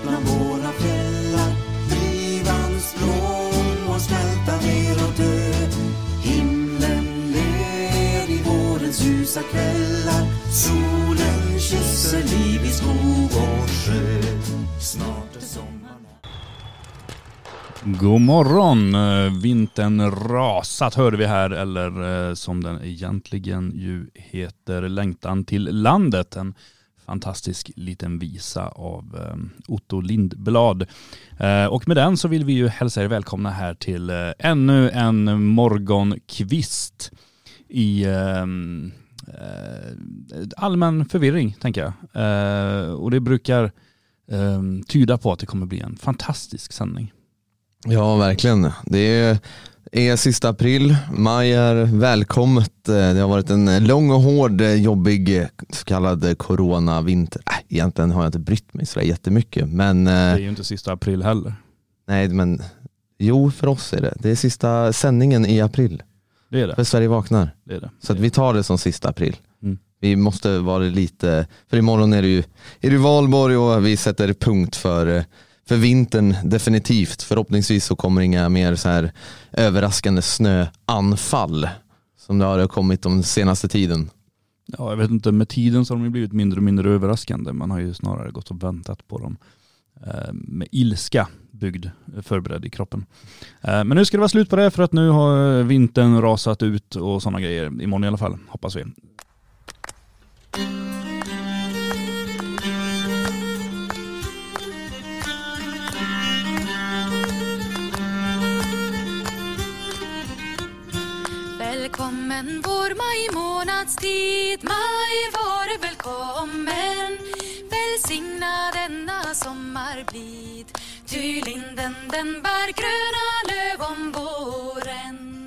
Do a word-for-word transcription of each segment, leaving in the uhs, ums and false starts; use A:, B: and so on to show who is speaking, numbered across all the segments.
A: bland våra fjällar. Drivans blom och smälta ner och dö. Himlen ler i vårens ljusa kvällar. Solen kysser liv i skog och sjö. Snart är sommaren.
B: God morgon, vintern rasat hörde vi här, eller eh, som den egentligen ju heter, Längtan till landet. En fantastisk liten visa av eh, Otto Lindblad. Eh, och med den så vill vi ju hälsa er välkomna här till eh, ännu en morgonkvist i eh, eh, allmän förvirring, tänker jag. Eh, och det brukar eh, tyda på att det kommer bli en fantastisk sändning.
C: Ja, verkligen. Det är, är sista april. Maj är välkommet. Det har varit en lång och hård, jobbig så kallad coronavinter. Äh, egentligen har jag inte brytt mig så jättemycket. Men,
B: det är ju inte sista april heller.
C: Nej, men jo, för oss är det. Det är sista sändningen i april.
B: Det är det.
C: För Sverige vaknar.
B: Det är det.
C: Så att vi tar det som sista april.
B: Mm.
C: Vi måste vara lite... För imorgon är det ju, är det Valborg och vi sätter punkt för... För vintern definitivt. Förhoppningsvis så kommer inga mer så här överraskande snöanfall som det har kommit de senaste tiden.
B: Ja, jag vet inte. Med tiden så har de blivit mindre och mindre överraskande. Man har ju snarare gått och väntat på dem eh, med ilska byggd, förberedd i kroppen. Eh, men nu ska det vara slut på det, för att nu har vintern rasat ut och sådana grejer. Imorgon i alla fall, hoppas vi.
D: Välkommen vår maj månadstid, maj var välkommen. Välsigna denna sommarblid, ty linden den bär gröna löv om våren.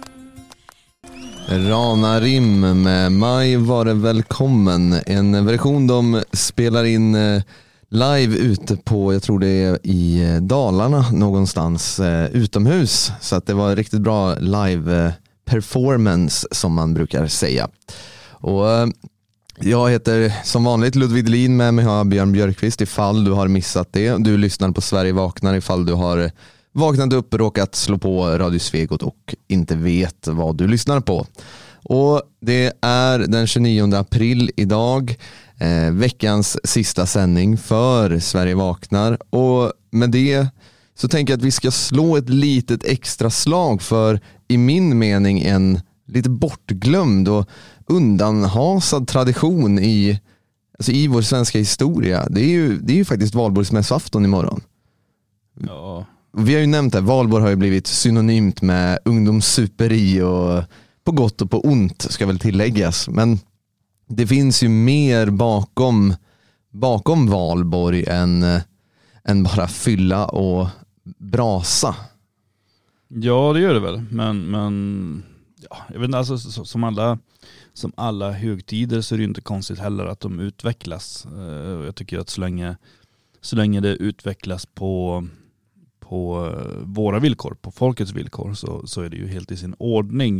C: Rana Rim med Maj var det välkommen. En version de spelar in live ute på, jag tror det är i Dalarna någonstans, utomhus. Så att det var riktigt bra live performance som man brukar säga. Och jag heter som vanligt Ludvig Lin, med mig har Björn Björkqvist ifall du har missat det. Du lyssnar på Sverige vaknar ifall du har vaknat upp och råkat slå på Radio Svegot och inte vet vad du lyssnar på. Och det är den tjugonionde april idag, eh, veckans sista sändning för Sverige vaknar. Och med det så tänker jag att vi ska slå ett litet extra slag för, i min mening, en lite bortglömd och undanhasad tradition i, alltså i vår svenska historia. Det är ju, det är ju faktiskt Valborgsmässoafton imorgon.
B: Ja.
C: Vi har ju nämnt det, Valborg har ju blivit synonymt med ungdomssuperi och på gott och på ont ska väl tilläggas. Men det finns ju mer bakom, bakom Valborg än, än bara fylla och brasa.
B: Ja, det gör det väl. Men, men ja, jag vet inte, alltså, som, alla, som alla högtider så är det ju inte konstigt heller att de utvecklas. Jag tycker att så länge, så länge det utvecklas på, på våra villkor, på folkets villkor, så, så är det ju helt i sin ordning.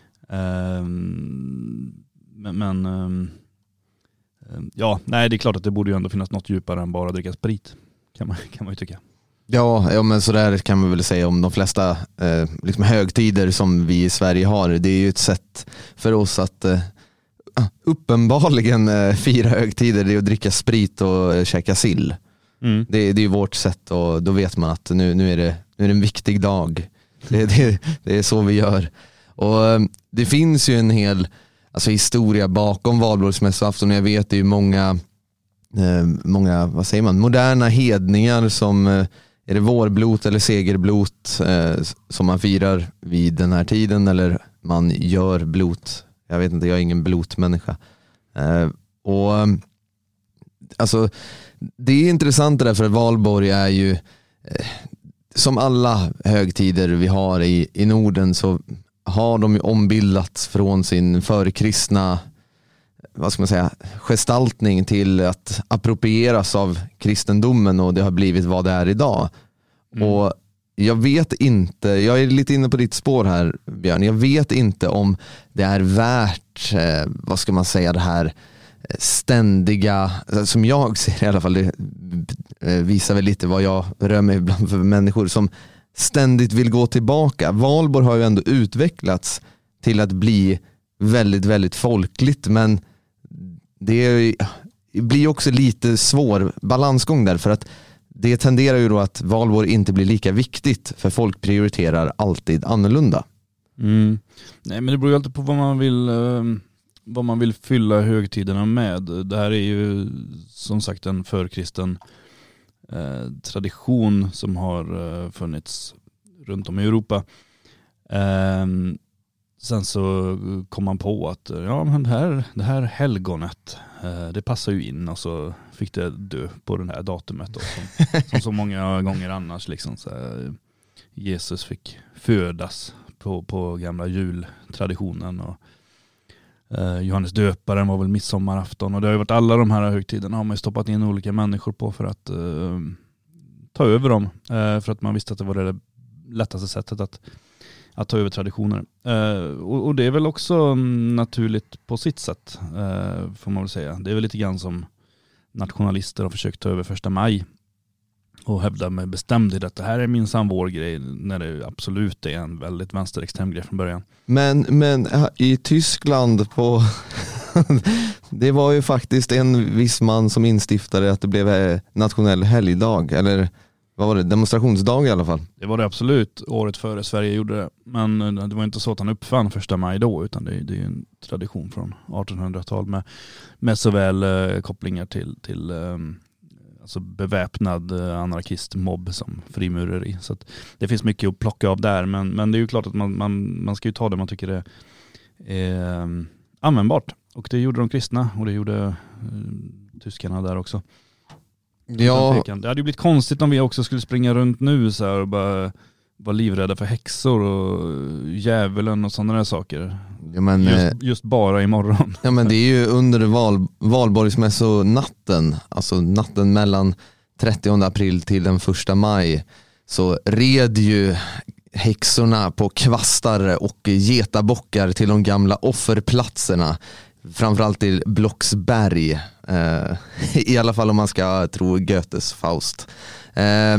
B: Men, men ja, nej, det är klart att det borde ju ändå finnas något djupare än bara dricka sprit, kan man, kan man ju tycka.
C: Ja, ja men sådär kan man väl säga om de flesta eh, liksom högtider som vi i Sverige har. Det är ju ett sätt för oss att eh, uppenbarligen eh, fira högtider. Det är att dricka sprit och eh, käka sill. Mm. Det, det är ju vårt sätt, och då vet man att nu, nu, är, det, nu är det en viktig dag. Det, det, det är så vi gör. Och eh, det finns ju en hel alltså, historia bakom Valborgsmässoafton. Jag vet det är ju många, eh, många vad säger man, moderna hedningar som... Eh, Är det vårblot eller segerblot eh, som man firar vid den här tiden, eller man gör blot? Jag vet inte, jag är ingen blotmänniska. Eh, och alltså det är intressant det där, för att Valborg är ju eh, som alla högtider vi har i, i Norden, så har de ju ombildats från sin förkristna, vad ska man säga, gestaltning till att approprieras av kristendomen, och det har blivit vad det är idag. Mm. Och jag vet inte, jag är lite inne på ditt spår här, Björn. Jag vet inte om det är värt, eh, vad ska man säga, det här ständiga, som jag ser i alla fall, det visar väl lite vad jag rör mig bland för människor som ständigt vill gå tillbaka. Valborg har ju ändå utvecklats till att bli väldigt, väldigt folkligt, men det, är, det blir också lite svår balansgång där, för att det tenderar ju då att valborg inte blir lika viktigt, för folk prioriterar alltid annorlunda.
B: Mm. Nej, men det beror ju alltid på vad man vill vad man vill fylla högtiderna med. Det här är ju som sagt en förkristen eh, tradition som har eh, funnits runt om i Europa. Eh, sen så kom man på att ja, men det här, det här helgonet eh, det passar ju in, och så fick det dö på det här datumet då, som, som så många gånger annars liksom, så här, Jesus fick födas på, på gamla jultraditionen, och eh, Johannes döparen var väl midsommarafton, och det har ju varit alla de här högtiderna har man ju stoppat in olika människor på för att eh, ta över dem, eh, för att man visste att det var det lättaste sättet att, att ta över traditioner. Eh, och, och det är väl också naturligt på sitt sätt, eh, får man väl säga. Det är väl lite grann som nationalister har försökt ta över första maj och hävda med bestämdhet att det här är minsann vår grej, när det absolut är en väldigt vänsterextrem grej från början.
C: Men, men i Tyskland på det var ju faktiskt en viss man som instiftade att det blev nationell helgdag, eller vad var det, demonstrationsdag i alla fall.
B: Det var det absolut, året före Sverige gjorde det. Men det var inte så att han uppfann första maj då, utan det, det är en tradition från artonhundratal med, med såväl eh, kopplingar till, till eh, alltså beväpnad anarkistmobb som frimureri. Så att det finns mycket att plocka av där, men, men det är ju klart att man, man, man ska ju ta det man tycker det är eh, användbart. Och det gjorde de kristna, och det gjorde eh, tyskarna där också.
C: Ja.
B: Det hade ju blivit konstigt om vi också skulle springa runt nu så här och bara vara livrädda för häxor och djävulen och sådana där saker.
C: Ja, men,
B: just, just bara imorgon.
C: Ja, men det är ju under val, valborgsmässonatten, alltså natten mellan trettionde april till den första maj, så red ju häxorna på kvastar och getabockar till de gamla offerplatserna, framförallt till Blocksberg, eh, i alla fall om man ska tro Goethes Faust. Eh,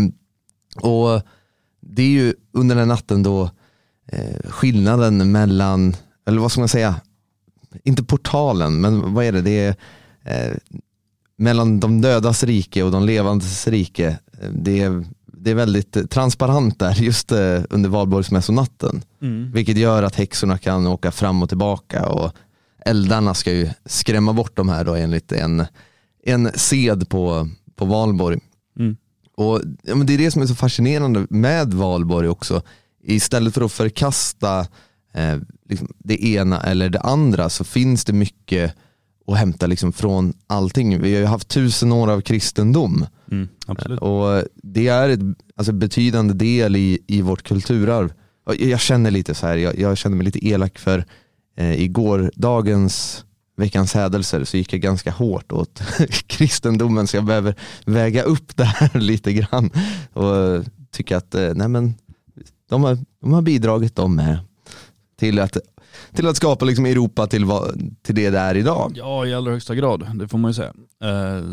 C: och det är ju under den natten då eh, skillnaden mellan, eller vad ska man säga, inte portalen, men vad är det, det är eh, mellan de dödas rike och de levandes rike. Det är, det är väldigt transparent där just eh, under valborgsmässonatten, mm. vilket gör att häxorna kan åka fram och tillbaka, och eldarna ska ju skrämma bort de här då enligt en, en sed på, på valborg. Mm. Och ja, men det är det som är så fascinerande med valborg också. Istället för att förkasta eh, liksom det ena eller det andra, så finns det mycket att hämta liksom från allting. Vi har ju haft tusen år av kristendom.
B: Mm, absolut.
C: Och det är ett alltså, betydande del i, i vårt kulturarv. Och jag känner lite så här, jag, jag känner mig lite elak för eh, igår dagens veckans hädelser så gick jag ganska hårt åt kristendomen, så jag behöver väga upp det här lite grann och tycka att eh, nej men, de, har, de har bidragit de med till att, till att skapa liksom Europa till, till det det är idag.
B: Ja, i allra högsta grad, det får man ju säga. Eh,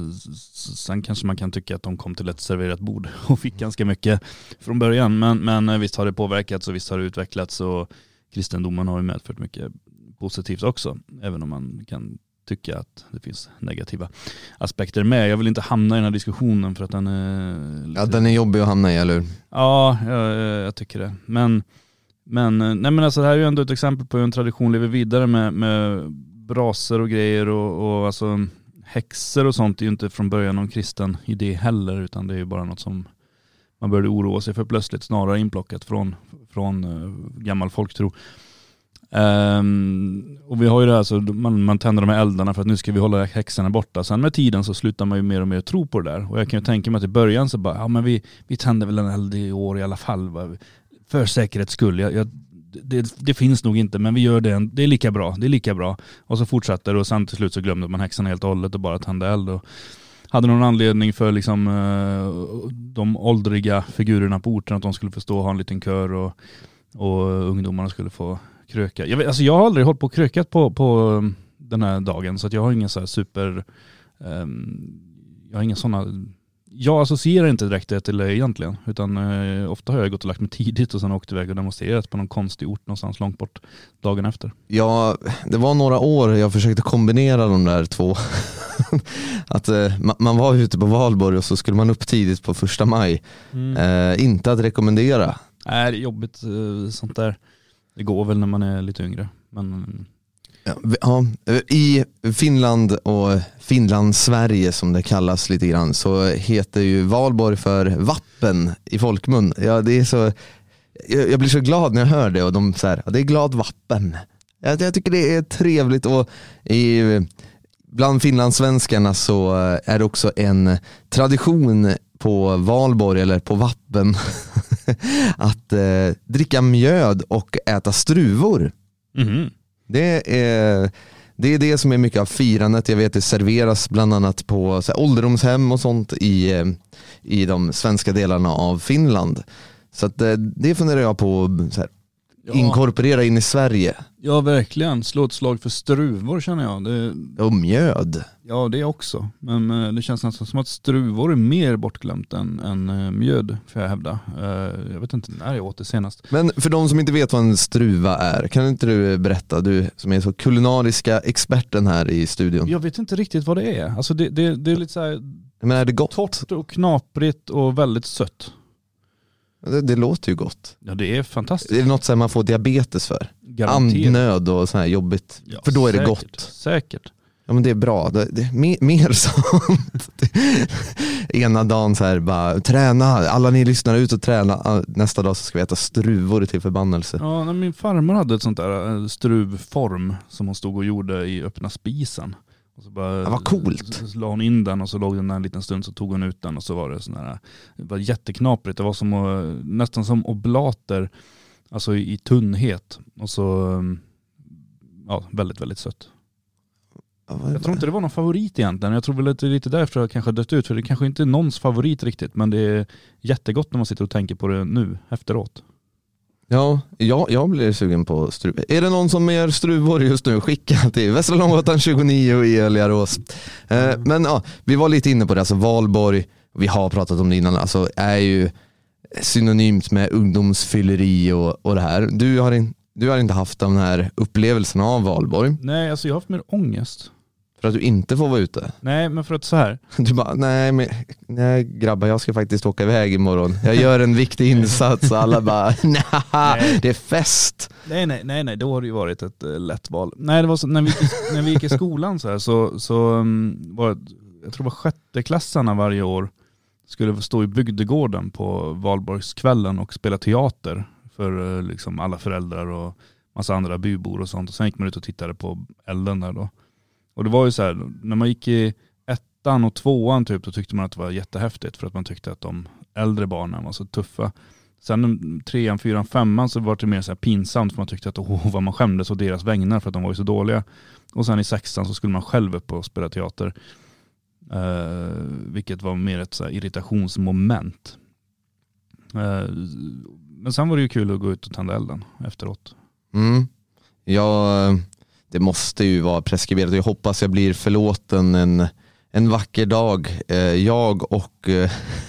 B: sen kanske man kan tycka att de kom till ett serverat bord och fick ganska mycket från början, men, men visst har det påverkats och visst har det utvecklats, och kristendomen har ju medfört mycket positivt också, även om man kan tycka att det finns negativa aspekter med. Jag vill inte hamna i den här diskussionen för att den är lite...
C: Ja, den är jobbig att hamna i, eller hur?
B: Ja, jag, jag tycker det. Men, men, nej men alltså, det här är ju ändå ett exempel på hur en tradition lever vidare med, med braser och grejer, och, och alltså häxor och sånt är ju inte från början någon kristen idé heller, utan det är ju bara något som man började oroa sig för plötsligt, snarare inplockat från, från uh, gammal folktro. Um, och vi har ju det här, så man, man tänder de här eldarna för att nu ska vi hålla häxorna borta. Sen med tiden så slutar man ju mer och mer tro på det där. Och jag kan ju tänka mig att i början så bara, ja men vi, vi tänder väl en eld i år i alla fall, va? För säkerhets skull. Jag, jag, det, det finns nog inte, men vi gör det, det är lika bra, det är lika bra. Och så fortsätter det, och sen till slut så glömde man häxorna helt och hållet och bara tände eld. Och hade någon anledning för liksom uh, de åldriga figurerna på orten att de skulle få stå och ha en liten kör, och, och ungdomarna skulle få kröka. Jag, vet, alltså jag har aldrig hållit på och krökat på, på den här dagen, så att jag har ingen så här super, um, jag har inga sådana, jag associerar inte direkt det till det egentligen, utan uh, ofta har jag gått och lagt mig tidigt och sen åkt iväg och demonstrerat på någon konstig ort någonstans långt bort dagen efter.
C: Ja, det var några år jag försökte kombinera de där två. Att uh, man var ute på valborg och så skulle man upp tidigt på första maj. Mm. Uh, inte att rekommendera.
B: Nej, det är jobbigt uh, sånt där. Det går väl när man är lite yngre, men...
C: Ja, i Finland och Finland Sverige som det kallas lite grann, så heter ju valborg för vappen i folkmun. Ja, det är så, jag blir så glad när jag hör det och de säger ja, det är glad vappen. Jag, jag tycker det är trevligt, och i, bland finlandssvenskarna så är det också en tradition på valborg eller på vappen att eh, dricka mjöd och äta struvor.
B: Mhm.
C: Det är, det är det som är mycket av firandet. Jag vet det serveras bland annat på så här, ålderdomshem och sånt i, i de svenska delarna av Finland. Så att, det funderar jag på så här, ja. inkorporera in i Sverige.
B: Ja, verkligen. Slå ett slag för struvor känner jag. Det...
C: Och mjöd.
B: Ja, det också. Men det känns nästan som att struvor är mer bortglömt än, än mjöd, får jag hävda. Jag vet inte när jag åt det senast.
C: Men för de som inte vet vad en struva är, kan inte du berätta, du som är så kulinariska experten här i studion?
B: Jag vet inte riktigt vad det är. Alltså det, det, det är lite så här...
C: Men är det gott?
B: Torrt och knaprigt och väldigt sött.
C: Det, det låter ju gott.
B: Ja, det är fantastiskt.
C: Det är något som man får diabetes för.
B: Garanterat.
C: Andnöd och så här jobbigt. Ja, för då är det
B: säkert,
C: gott.
B: Säkert.
C: Ja, men det är bra. Det, det, mer, mer sånt. Ena dagen så här bara träna. Alla ni lyssnar ut och träna. Nästa dag så ska vi äta struvor till förbannelse.
B: Ja, min farmor hade ett sånt där struvform som hon stod och gjorde i öppna spisen. Och så bara,
C: ja, vad coolt.
B: Så, så la hon in den och så låg den där en liten stund, så tog hon ut den och så var det sån här, det var jätteknaprigt. Det var som nästan som oblater, alltså i, i tunnhet, och så ja, väldigt väldigt sött. Ja, jag tror inte det var någon favorit egentligen. Jag tror väl att det är lite därför jag kanske dött ut, för det kanske inte är någons favorit riktigt, men det är jättegott när man sitter och tänker på det nu efteråt.
C: Ja, jag, jag blir sugen på struvor. Är det någon som gör struvor just nu? Skicka till Västra Långgatan tjugonio i Öliarås. Eh, men ja, vi var lite inne på det. Alltså valborg, vi har pratat om det innan, alltså är ju synonymt med ungdomsfylleri och, och det här. Du har, in, du har inte haft den här upplevelsen av valborg.
B: Nej, alltså jag har haft mer ångest.
C: För att du inte får vara ute?
B: Nej, men för att så här.
C: Du bara, nej, men, nej grabbar, jag ska faktiskt åka iväg imorgon. Jag gör en viktig insats och alla bara, nej, det är fest.
B: Nej, nej, nej, nej, då har det ju varit ett uh, lätt val. Nej, det var så, när vi gick, när vi gick i skolan så här, så, så um, var det, jag tror det var sjätteklassarna varje år skulle stå i bygdegården på valborgskvällen och spela teater för uh, liksom alla föräldrar och massa andra bybor och sånt. Och sen gick man ut och tittade på elden där då. Och det var ju så här, när man gick i ettan och tvåan typ, då tyckte man att det var jättehäftigt för att man tyckte att de äldre barnen var så tuffa. Sen trean, fyran, femman så var det mer så här pinsamt, för man tyckte att oh, vad man skämdes och deras vägnar för att de var ju så dåliga. Och sen i sexan så skulle man själv upp och spela teater. Uh, vilket var mer ett så här irritationsmoment. Uh, men sen var det ju kul att gå ut och tända elden efteråt.
C: Mm. Ja, det måste ju vara preskriberat. Jag hoppas jag blir förlåten en, en vacker dag. Uh, jag och... Uh,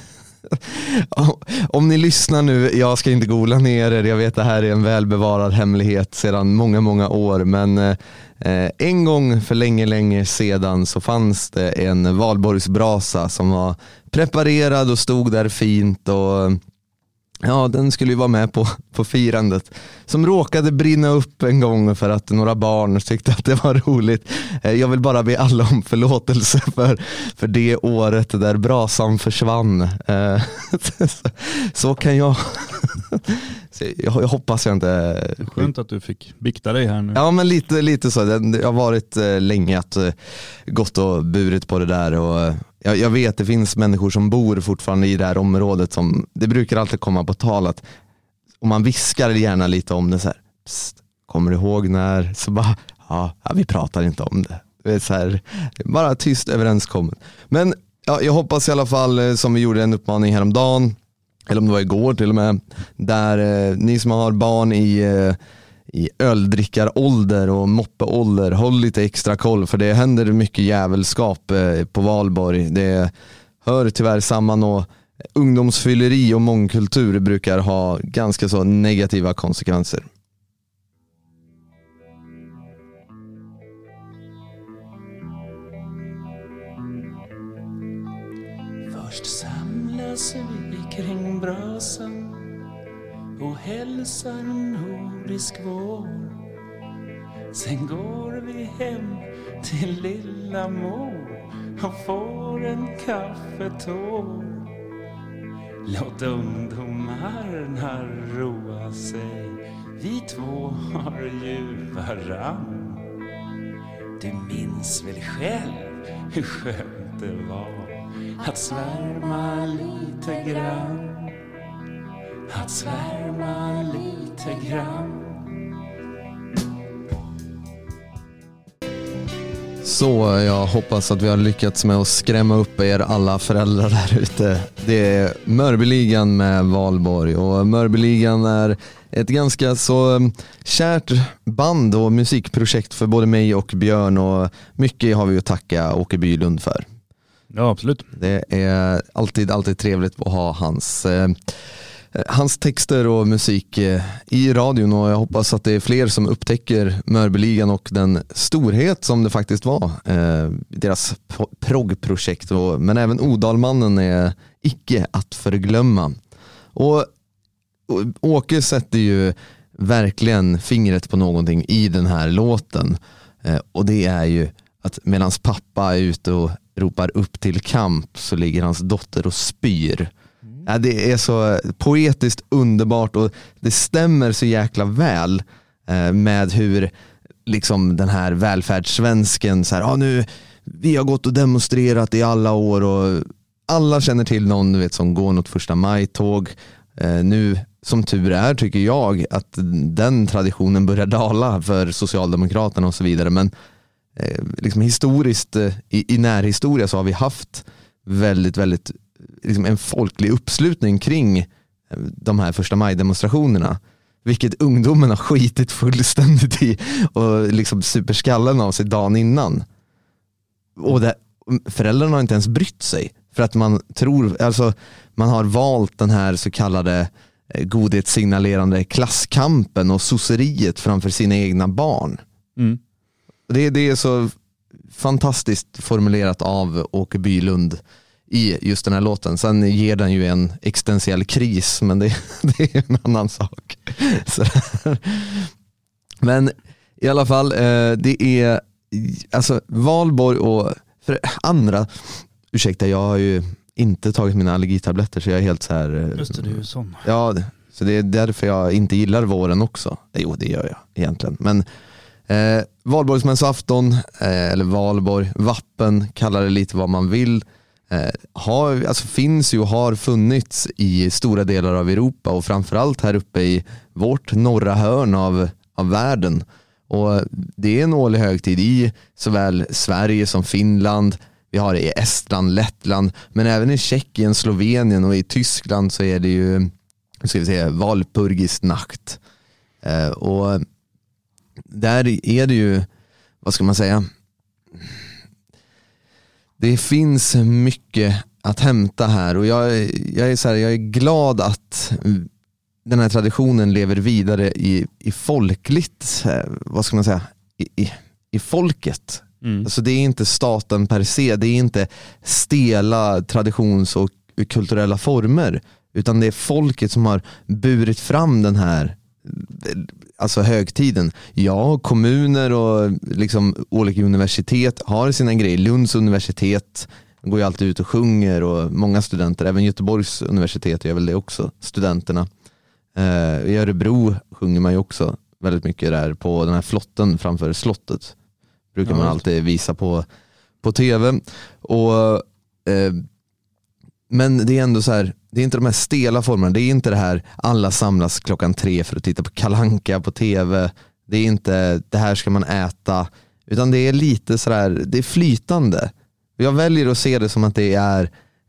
C: om ni lyssnar nu, jag ska inte googla ner er. Jag vet att det här är en välbevarad hemlighet sedan många, många år. Men eh, en gång för länge, länge sedan så fanns det en valborgsbrasa som var preparerad och stod där fint. Och ja, den skulle ju vara med på, på firandet. Som råkade brinna upp en gång för att några barn tyckte att det var roligt. Jag vill bara be alla om förlåtelse för, för det året där brasan försvann. Så, så kan jag... Jag hoppas jag inte...
B: Skönt att du fick bikta dig här nu.
C: Ja, men lite, lite så. Det har varit länge att gått och burit på det där. Och jag, jag vet det finns människor som bor fortfarande i det här området som... Det brukar alltid komma på tal att... Och man viskar gärna lite om det så här. Psst, kommer du ihåg när? Så bara, ja, ja vi pratar inte om det. Det är så här, bara tyst överenskommet. Men ja, jag hoppas i alla fall, som vi gjorde en uppmaning häromdagen, eller om det var igår till och med, där eh, ni som har barn i, eh, i öldrickarålder och moppeålder, håll lite extra koll, för det händer mycket jävelskap eh, på Valborg. Det hör tyvärr samman, och ungdomsfylleri och mångkultur brukar ha ganska så negativa konsekvenser.
E: Först samlas vi kring brasan och hälsar en nordisk vår. Sen går vi hem till lilla mor och får en kaffetår. Låt ungdomarna roa sig, vi två har ju varann. Du minns väl själv hur skönt det var att svärma lite grann. Att svärma lite grann.
C: Så jag hoppas att vi har lyckats med att skrämma upp er alla föräldrar där ute. Det är Mörbyligan med Valborg, och Mörbyligan är ett ganska så kärt band och musikprojekt för både mig och Björn, och mycket har vi att tacka Åke Bylund för.
B: Ja, absolut.
C: Det är alltid, alltid trevligt att ha hans, eh, hans texter och musik eh, i radion, och jag hoppas att det är fler som upptäcker Mörbyligan och den storhet som det faktiskt var. Eh, deras proggprojekt, men även Odalmannen är icke att förglömma. Och, och Åke sätter ju verkligen fingret på någonting i den här låten, eh, och det är ju att medan pappa är ute och ropar upp till kamp så ligger hans dotter och spyr. Mm. Ja, det är så poetiskt underbart, och det stämmer så jäkla väl eh, med hur liksom den här välfärdssvensken så här, ah, nu, vi har gått och demonstrerat i alla år, och alla känner till någon, du vet, som går något första maj-tåg. Eh, nu som tur är tycker jag att den traditionen börjar dala för Socialdemokraterna och så vidare, men Eh, liksom historiskt eh, i, i närhistoria så har vi haft väldigt, väldigt liksom en folklig uppslutning kring eh, de här första maj-demonstrationerna, vilket ungdomen har skitit fullständigt i och liksom superskallen av sig dagen innan, och det, föräldrarna har inte ens brytt sig, för att man tror, alltså man har valt den här så kallade eh, godhetssignalerande klasskampen och sosseriet framför sina egna barn.
B: Mm.
C: Det, det är så fantastiskt formulerat av Åke Bylund i just den här låten. Sen ger den ju en existentiell kris, men det, det är en annan sak. Så. Men i alla fall, det är alltså Valborg, och för andra, ursäkta, jag har ju inte tagit mina allergitabletter, så jag är helt så här.
B: Just det, det är ju sån.
C: Ja, så det är därför jag inte gillar våren också. Jo, det gör jag egentligen, men Eh, Valborgsmässoafton, eh, eller Valborg, Vappen, kallar det lite vad man vill, eh, har, alltså finns ju och har funnits i stora delar av Europa, och framförallt här uppe i vårt norra hörn av, av världen. Och det är en årlig högtid i såväl Sverige som Finland. Vi har det i Estland, Lettland, men även i Tjeckien, Slovenien och i Tyskland så är det ju, ska vi säga, Walpurgisnacht. Eh, och där är det ju, vad ska man säga, det finns mycket att hämta här, och jag, jag, är så här, jag är glad att den här traditionen lever vidare i, i folkligt, vad ska man säga, i, i, i folket. Mm. Alltså det är inte staten per se, det är inte stela traditions- och kulturella former, utan det är folket som har burit fram den här, alltså högtiden. Ja, kommuner och liksom olika universitet har sina grejer. Lunds universitet går ju alltid ut och sjunger, och många studenter, även Göteborgs universitet gör väl det också, studenterna. Eh, I Örebro sjunger man ju också väldigt mycket där på den här flotten framför slottet. Brukar man alltid visa på, på tv. Och eh, men det är ändå så här, det är inte de här stela formerna, det är inte det här alla samlas klockan tre för att titta på Kalle Anka på tv, det är inte det här ska man äta, utan det är lite så där, det är flytande. Jag väljer att se det som att det är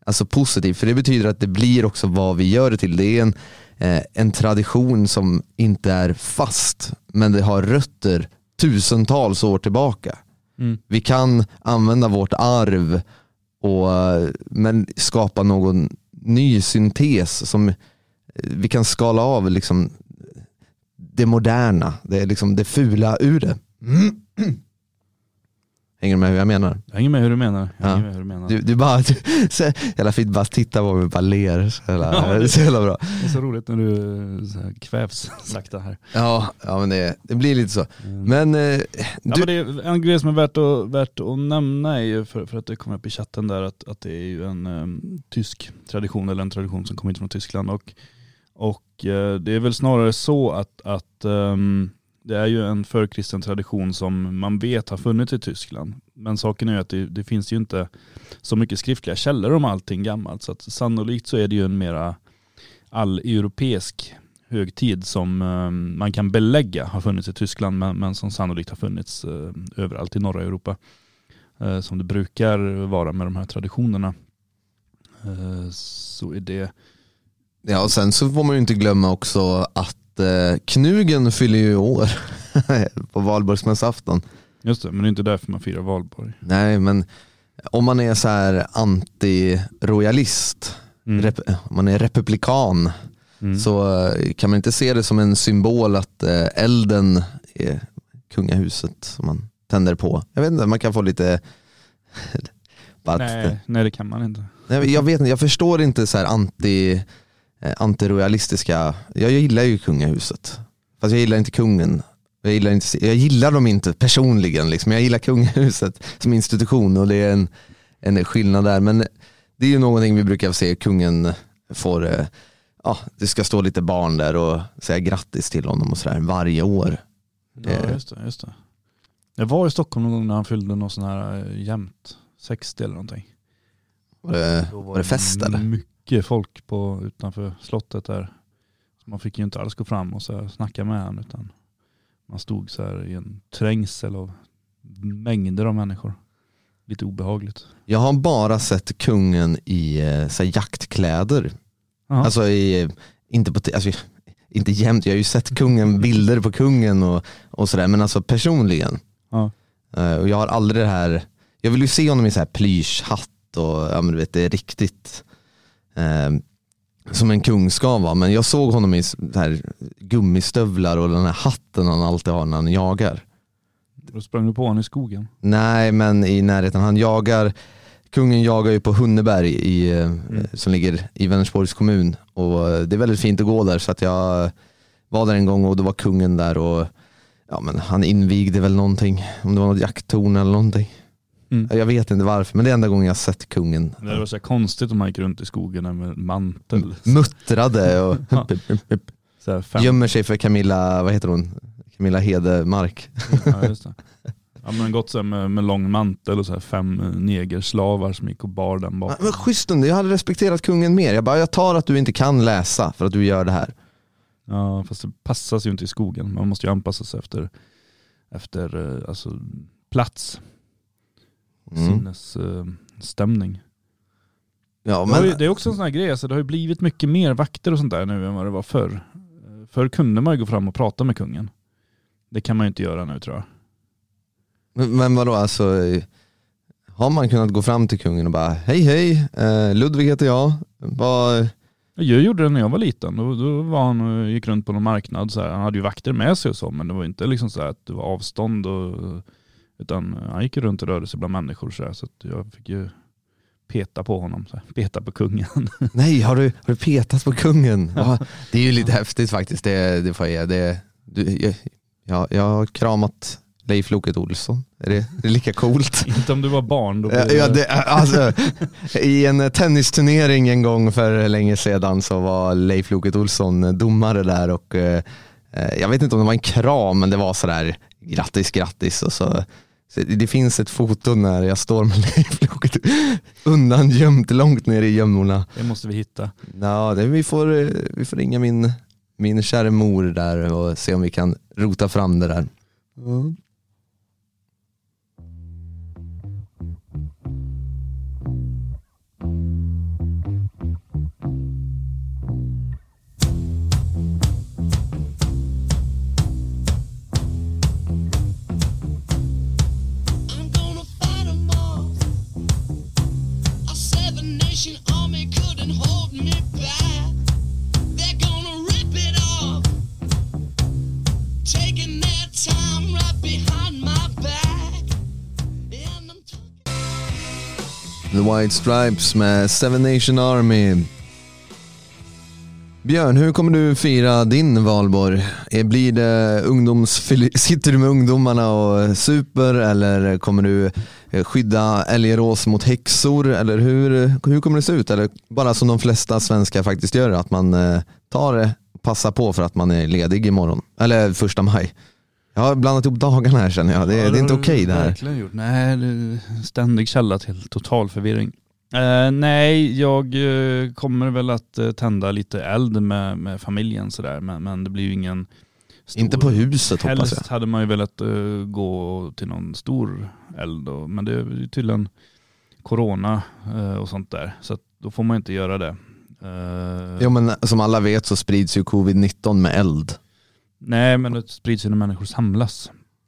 C: alltså positivt, för det betyder att det blir också vad vi gör det till. Det är en, eh, en tradition som inte är fast, men det har rötter tusentals år tillbaka. Mm. Vi kan använda vårt arv och, men skapa någon ny syntes som vi kan skala av liksom det moderna, det är liksom det fula ur det. Mm. Hänger du med hur jag menar?
B: Jag hänger med hur du menar. Jag
C: ja.
B: med hur du, menar.
C: Du, du bara du, så, jävla fint, bara titta på mig och bara ler. Så jävla, ja, det, så jävla bra.
B: Det är så roligt när du så här, kvävs sakta här.
C: Ja, ja men det, det blir lite så. Mm. Men, eh,
B: ja,
C: du...
B: men det är en grej som är värt att, värt att nämna är ju för, för att det kom upp i chatten där att, att det är ju en um, tysk tradition eller en tradition som kommer hit från Tyskland och, och uh, det är väl snarare så att, att um, det är ju en förkristen tradition som man vet har funnits i Tyskland. Men saken är ju att det, det finns ju inte så mycket skriftliga källor om allting gammalt. Så att sannolikt så är det ju en mera alleuropeisk högtid som um, man kan belägga har funnits i Tyskland men, men som sannolikt har funnits uh, överallt i norra Europa. Uh, som det brukar vara med de här traditionerna. Uh, så är det...
C: Ja, och sen så får man ju inte glömma också att Knugen fyller ju år på valborgsmässoafton.
B: Just det, men det är inte därför man firar valborg.
C: Nej, men om man är så här anti-royalist, mm. rep- om man är republikan, mm. så kan man inte se det som en symbol att elden är kungahuset som man tänder på. Jag vet inte, man kan få lite...
B: nej, nej, det kan man inte.
C: Nej, jag vet inte, jag förstår inte så här anti... antirojalistiska. Jag gillar ju kungahuset. Fast jag gillar inte kungen. Jag gillar, inte, jag gillar dem inte personligen. Liksom. Jag gillar kungahuset som institution och det är en, en skillnad där. Men det är ju någonting vi brukar se. Kungen får, ja, det ska stå lite barn där och säga grattis till honom och sådär varje år.
B: Ja, just det, just det. Jag var i Stockholm någon gång när han fyllde någon sån här jämnt sextio eller någonting.
C: Var det, var var det fest eller?
B: Mycket folk på, utanför slottet där. Så man fick ju inte alls gå fram och så här, snacka med han utan man stod så här i en trängsel av mängder av människor. Lite obehagligt.
C: Jag har bara sett kungen i så här, jaktkläder. Aha. Alltså, i, inte, på, alltså inte jämt. Jag har ju sett kungen, bilder på kungen och, och sådär. Men alltså personligen. Ja. Uh, och jag har aldrig det här. Jag vill ju se honom i så här plyschhatt och ja, men du vet, det är riktigt uh, som en kung ska vara. Men jag såg honom i så här gummistövlar och den här hatten han alltid har när han jagar.
B: Då sprang du på honom i skogen?
C: Nej, men i närheten. Han jagar, kungen jagar ju på Hunneberg i, mm. som ligger i Vänersborgs kommun. Och det är väldigt fint att gå där, så att jag var där en gång och då var kungen där och ja, men han invigde väl någonting, om det var något jakttorn eller någonting. Mm. Jag vet inte varför, men det är enda gången jag sett kungen.
B: Det var så konstigt om han gick runt i skogen med mantel.
C: Muttrade och
B: så här fem...
C: gömmer sig för Camilla, vad heter hon? Camilla Hedemark.
B: Ja, just det. Ja, men gått så med, med lång mantel och så här fem negerslavar som gick och bar den bakom.
C: Men schysst, jag hade respekterat kungen mer. Jag bara, jag tar att du inte kan läsa för att du gör det här.
B: Ja, fast det passas ju inte i skogen. Man måste ju anpassa sig efter, efter alltså, plats. Mm. Sinnesstämning.
C: Ja, men...
B: det, är, det är också en sån här grej. Alltså, det har ju blivit mycket mer vakter och sånt där nu än vad det var förr. Förr kunde man ju gå fram och prata med kungen. Det kan man ju inte göra nu, tror jag.
C: Men, men vadå, alltså har man kunnat gå fram till kungen och bara hej hej, eh, Ludvig heter jag. Bara...
B: Jag gjorde det när jag var liten. Då, då var han och gick runt på någon marknad. Så här. Han hade ju vakter med sig och så, men det var inte liksom så här att det var avstånd. Och, utan han gick runt och rörde sig bland människor. Så, här, så att jag fick ju peta på honom. Så här. Peta på kungen.
C: Nej, har du, har du petat på kungen? Ja, det är ju lite häftigt faktiskt. Det, det får jag. Det, du, jag, jag, jag har kramat Leif Loket Olsson. Är det, är det lika coolt?
B: Inte om du var barn. Då
C: det... Ja, det, alltså, i en tennisturnering en gång för länge sedan så var Leif Loket Olsson domare där och eh, jag vet inte om det var en kram, men det var sådär grattis, grattis och så, så det finns ett foto när jag står med Leif Loket undan gömt långt ner i gömmorna.
B: Det måste vi hitta.
C: Ja, det, vi, får, vi får ringa min, min kära mor där och se om vi kan rota fram det där. Mm.
F: Salvation Army couldn't hold me back. They're gonna rip it off, taking their time right behind my back. And I'm talking...
C: The White Stripes med Seven Nation Army. Björn, hur kommer du fira din valborg? Blir det ungdomsfyll... Sitter du med ungdomarna och super, eller kommer du skydda Älgerås mot häxor, eller hur, hur kommer det se ut? Eller bara som de flesta svenskar faktiskt gör, att man tar det, passar på för att man är ledig imorgon, eller första maj. Jag har blandat ihop dagarna här, känner jag. Det, ja, det är inte okej okay, det här.
B: Verkligen gjort. Nej, det är ständig källa till total förvirring. Uh, nej, jag uh, kommer väl att uh, tända lite eld med, med familjen sådär, men, men det blir ju ingen stor...
C: Inte på huset, hoppas jag.
B: Helst hade man ju velat uh, gå till någon stor eld, och, men det är ju tydligen corona uh, och sånt där, så att då får man inte göra det. Uh,
C: jo, men som alla vet så sprids ju covid nitton med eld.
B: Nej, men det sprids ju när människor samlas.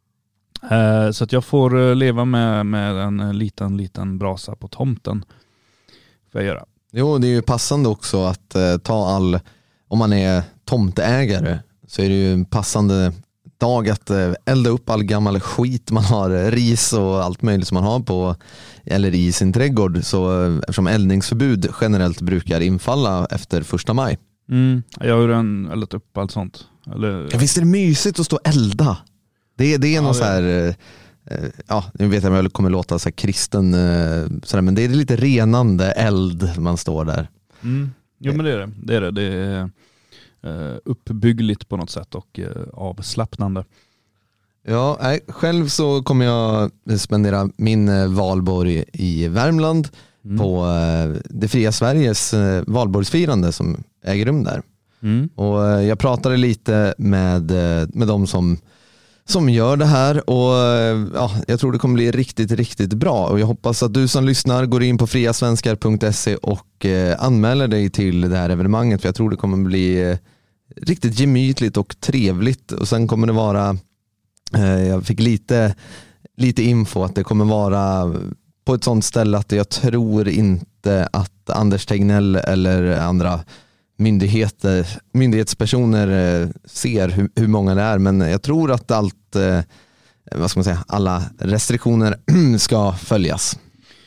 B: Uh, så att jag får uh, leva med, med en, en liten, liten brasa på tomten. Får jag göra.
C: Jo, det är ju passande också att uh, ta all, om man är tomtägare så är det ju en passande dag att uh, elda upp all gammal skit man har, ris och allt möjligt som man har på eller i sin trädgård, så uh, eftersom eldningsförbud generellt brukar infalla efter första maj.
B: Mm, jag har redan eldat upp allt sånt. Eller...
C: Ja, visst är det mysigt att stå och elda. Det, det är ja, någon det... så här, uh, ja, nu vet jag om jag kommer låta så här kristen, uh, så där, men det är lite renande eld man står där.
B: Mm. Jo, men det är det. Det är, det. Det är uh, uppbyggligt på något sätt och uh, avslappnande.
C: Ja, nej, själv så kommer jag spendera min uh, valborg i Värmland mm. på uh, det fria Sveriges uh, valborgsfirande som äger rum där. Mm. Och uh, jag pratade lite med, uh, med de som som gör det här, och ja, jag tror det kommer bli riktigt, riktigt bra, och jag hoppas att du som lyssnar går in på friasvenskar punkt se och eh, anmäler dig till det här evenemanget, för jag tror det kommer bli eh, riktigt gemytligt och trevligt. Och sen kommer det vara eh, jag fick lite lite info att det kommer vara på ett sånt ställe att jag tror inte att Anders Tegnell eller andra myndigheter, myndighetspersoner ser hur, hur många det är, men jag tror att allt, eh, vad ska man säga, alla restriktioner ska följas.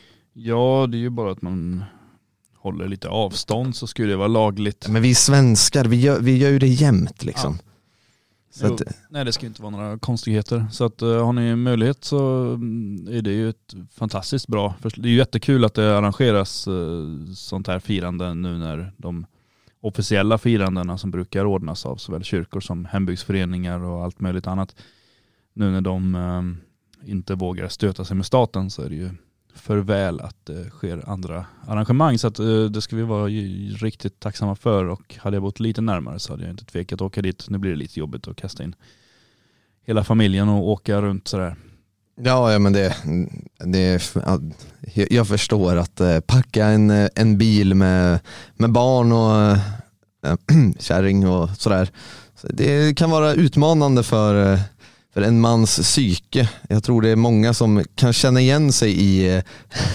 B: Ja, det är ju bara att man håller lite avstånd, så skulle det vara lagligt.
C: Men vi svenskar, vi gör, vi gör ju det jämt liksom. Ja. Så
B: jo,
C: att,
B: nej, det ska inte vara några konstigheter. Så att, uh, har ni möjlighet så är det ju ett fantastiskt bra. Det är ju jättekul att det arrangeras uh, sånt här firande nu när de officiella firandena som brukar ordnas av såväl kyrkor som hembygdsföreningar och allt möjligt annat. Nu när de uh, inte vågar stöta sig med staten, så är det ju för väl att det uh, sker andra arrangemang. Så att, uh, det ska vi vara riktigt tacksamma för, och hade jag bott lite närmare så hade jag inte tvekat att åka dit. Nu blir det lite jobbigt att kasta in hela familjen och åka runt sådär.
C: Ja, ja men det, det jag förstår att uh, packa en, en bil med, med barn och uh, kärring och sådär. Så det kan vara utmanande för, uh, för en mans psyke. Jag tror det är många som kan känna igen sig i, uh,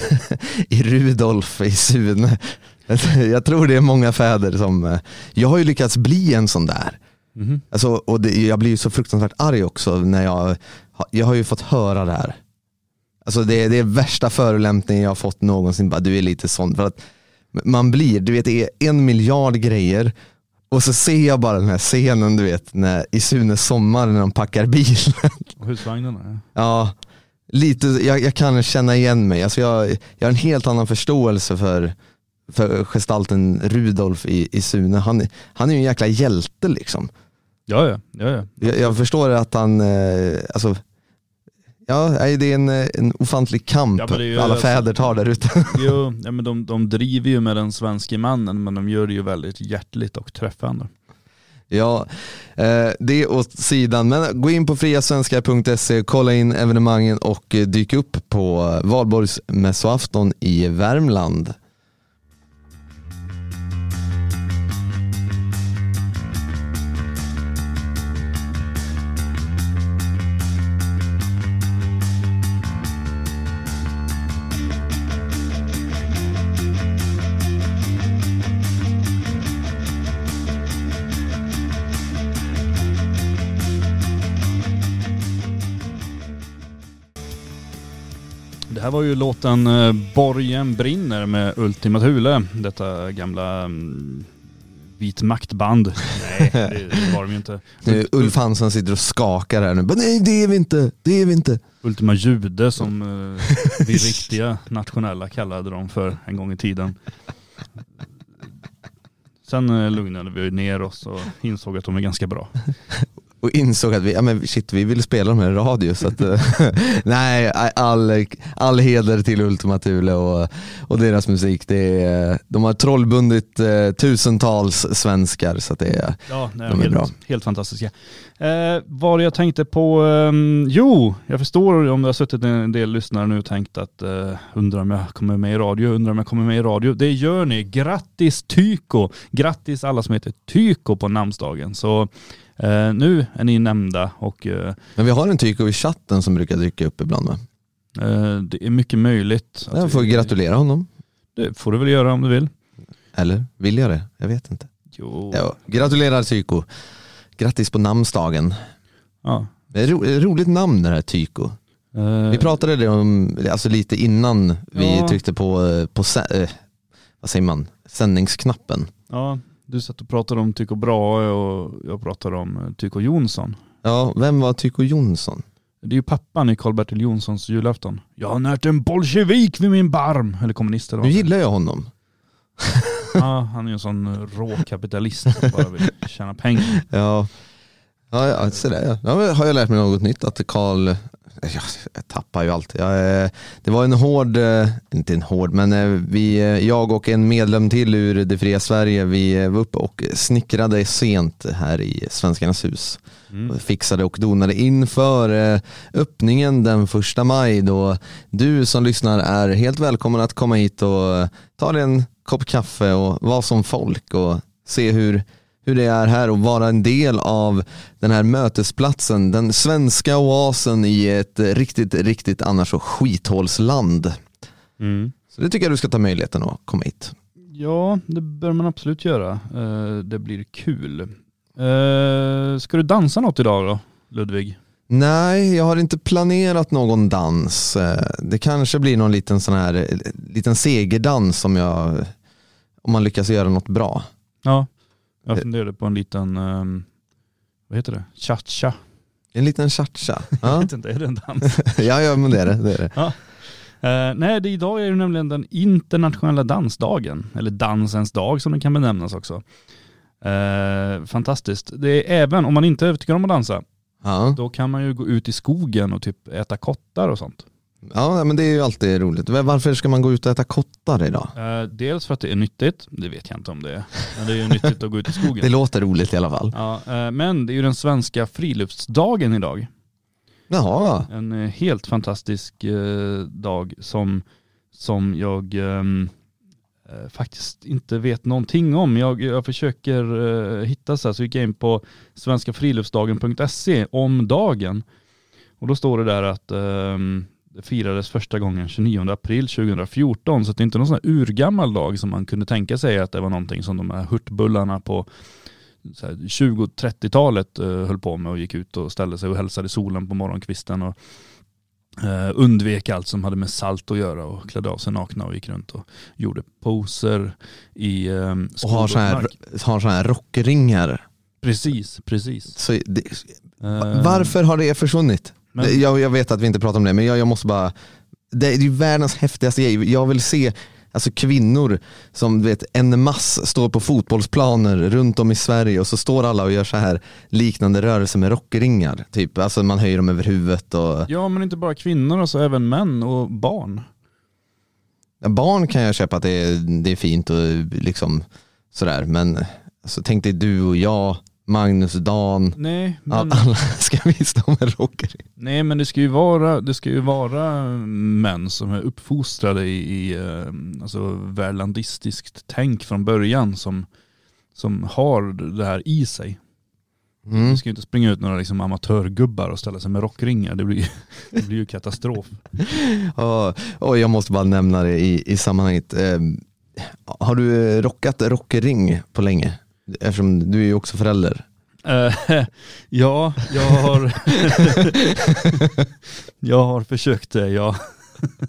C: i Rudolf i Sune. Jag tror det är många fäder som... Uh, jag har ju lyckats bli en sån där. Mm-hmm. Alltså, och det, jag blir ju så fruktansvärt arg också när jag jag har ju fått höra det här. Alltså det, det är värsta förolämpningen jag har fått någonsin. Bara, du är lite sån, för att man blir, du vet, det är en miljard grejer, och så ser jag bara den här scenen, du vet, när, i Sunes sommar när de packar bilen.
B: Och husvagnarna.
C: Ja, lite, jag, jag kan känna igen mig. Alltså jag, jag har en helt annan förståelse för för gestalten Rudolf i, i Sune. Han, han är ju en jäkla hjälte liksom.
B: Ja, ja. ja, ja.
C: Jag, jag förstår att han, eh, alltså, ja, det är en, en ofantlig kamp ja, ju, alla alltså, fäder tar där ute.
B: Jo, ja, men de, de driver ju med den svenska mannen, men de gör det ju väldigt hjärtligt och träffande.
C: Ja, eh, det åt sidan. Men gå in på friasvenskar punkt se, kolla in evenemangen och eh, dyk upp på valborgsmässoafton i Värmland.
B: här var ju låten eh, Borgen brinner med Ultima Thule. Detta gamla mm, vit maktband. Nej, det, det var de ju inte.
C: Nu, Ulf Hansson sitter och skakar här nu. Men nej, det är vi inte. Det är vi inte.
B: Ultima Jude som eh, vi riktiga nationella kallade dem för en gång i tiden. Sen eh, lugnade vi ner oss och insåg att de är ganska bra.
C: Och insåg att vi, ja men shit, vi ville spela dem här i radio så att, nej, all, all heder till Ultima Thule och, och deras musik. Det är, de har trollbundit eh, tusentals svenskar så att det är,
B: ja, nej,
C: de är
B: helt,
C: bra.
B: Helt fantastiska. Eh, vad jag tänkte på, eh, jo, jag förstår om det har suttit en del lyssnare nu och tänkt att eh, undrar om jag kommer med i radio, undrar om jag kommer med i radio. Det gör ni. Grattis Tyko. Grattis alla som heter Tyko på namnsdagen. Så Uh, nu är ni nämnda och uh,
C: men vi har en Tyko i chatten som brukar dyka upp ibland med.
B: Uh, det är mycket möjligt.
C: Jag får vi, gratulera honom.
B: Det får du väl göra om du vill.
C: Eller vill jag det? Jag vet inte.
B: Jo.
C: Ja, gratulerar Tyko. Grattis på namnsdagen.
B: Ja.
C: Det är ro, roligt namn det här Tyko.
B: Uh,
C: vi pratade det om alltså lite innan vi
B: ja.
C: tryckte på, på äh, vad säger man? Sändningsknappen.
B: Ja. Du satt och pratade om Tycho Brahe och jag pratade om Tycho Jonsson.
C: Ja, vem var Tycho Jonsson?
B: Det är ju pappan i Karl-Bertil Jonssons julafton. Jag har närt en bolsjevik vid min barm. Eller kommunist eller vad.
C: Nu gillar jag honom.
B: Ja, han är ju en sån råkapitalist som bara vill tjäna pengar.
C: Ja, ja, ja så där. Ja, har jag lärt mig något nytt att Karl... Jag, jag tappar ju allt. Jag, det var en hård, inte en hård, men vi, jag och en medlem till ur Det fria Sverige, vi var uppe och snickrade sent här i Svenskarnas hus. Mm. Fixade och donade inför öppningen den första maj då du som lyssnar är helt välkommen att komma hit och ta dig en kopp kaffe och vara som folk och se hur hur det är här och vara en del av den här mötesplatsen, den svenska oasen i ett riktigt, riktigt annars så skithålsland. Mm. Så det tycker jag du ska ta möjligheten att komma hit.
B: Ja, det bör man absolut göra. Det blir kul. Ska du dansa något idag då, Ludvig?
C: Nej, jag har inte planerat någon dans. Det kanske blir någon liten sån här liten segerdans om jag om man lyckas göra något bra.
B: Ja. Jag funderade på en liten, um, vad heter det? Cha-cha.
C: En liten cha-cha. Ja.
B: Jag vet inte, är det en dans?
C: ja, ja, men det är det. det, är det.
B: Ja. Uh, nej, det, idag är det nämligen den internationella dansdagen. Eller dansens dag som den kan benämnas också. Uh, fantastiskt. Det är även, om man inte tycker om att dansa, ja. Då kan man ju gå ut i skogen och typ äta kottar och sånt.
C: Ja, men det är ju alltid roligt. Varför ska man gå ut och äta kottar idag?
B: Uh, dels för att det är nyttigt. Det vet jag inte om det är. Men det är ju nyttigt att gå ut i skogen.
C: Det låter roligt i alla fall.
B: Ja, uh, men det är ju den svenska friluftsdagen idag.
C: Jaha.
B: En uh, helt fantastisk uh, dag som, som jag um, uh, faktiskt inte vet någonting om. Jag, jag försöker uh, hitta så här, så gick jag in på svenska friluftsdagen punkt se om dagen. Och då står det där att um, det firades första gången tjugonionde april tjugohundrafjorton, så det är inte någon sån här urgammal dag som man kunde tänka sig att det var någonting som de här hurtbullarna på tjugo-trettiotalet uh, höll på med och gick ut och ställde sig och hälsade solen på morgonkvisten och uh, undvek allt som hade med salt att göra och klädde av sig nakna och gick runt och gjorde poser i um,
C: och har så här, har så här rockringar.
B: Precis, precis.
C: Så det, uh, varför har det försvunnit? Men, jag, jag vet att vi inte pratar om det, men jag, jag måste bara... Det är ju världens häftigaste grej. Jag vill se alltså, kvinnor som du vet, en mass står på fotbollsplaner runt om i Sverige och så står alla och gör så här liknande rörelser med rockringar. Typ. Alltså man höjer dem över huvudet. Och...
B: Ja, men inte bara kvinnor, alltså även män och barn.
C: Ja, barn kan jag köpa att det är, det är fint och liksom sådär. Men alltså, tänk dig du och jag... Magnus, Dan,
B: nej, men...
C: alla ska vi stå med rocker.
B: Nej, men det ska ju vara, det ska ju vara män som är uppfostrade i, i alltså värlandistiskt tänk från början som, som har det här i sig. Mm. Det ska ju inte springa ut några liksom amatörgubbar och ställa sig med rockringar. Det blir, det blir ju katastrof.
C: och, och jag måste bara nämna det i, i sammanhanget. Eh, har du rockat rockring på länge? Eftersom du är ju också förälder.
B: Uh, ja, jag har jag har försökt det, ja.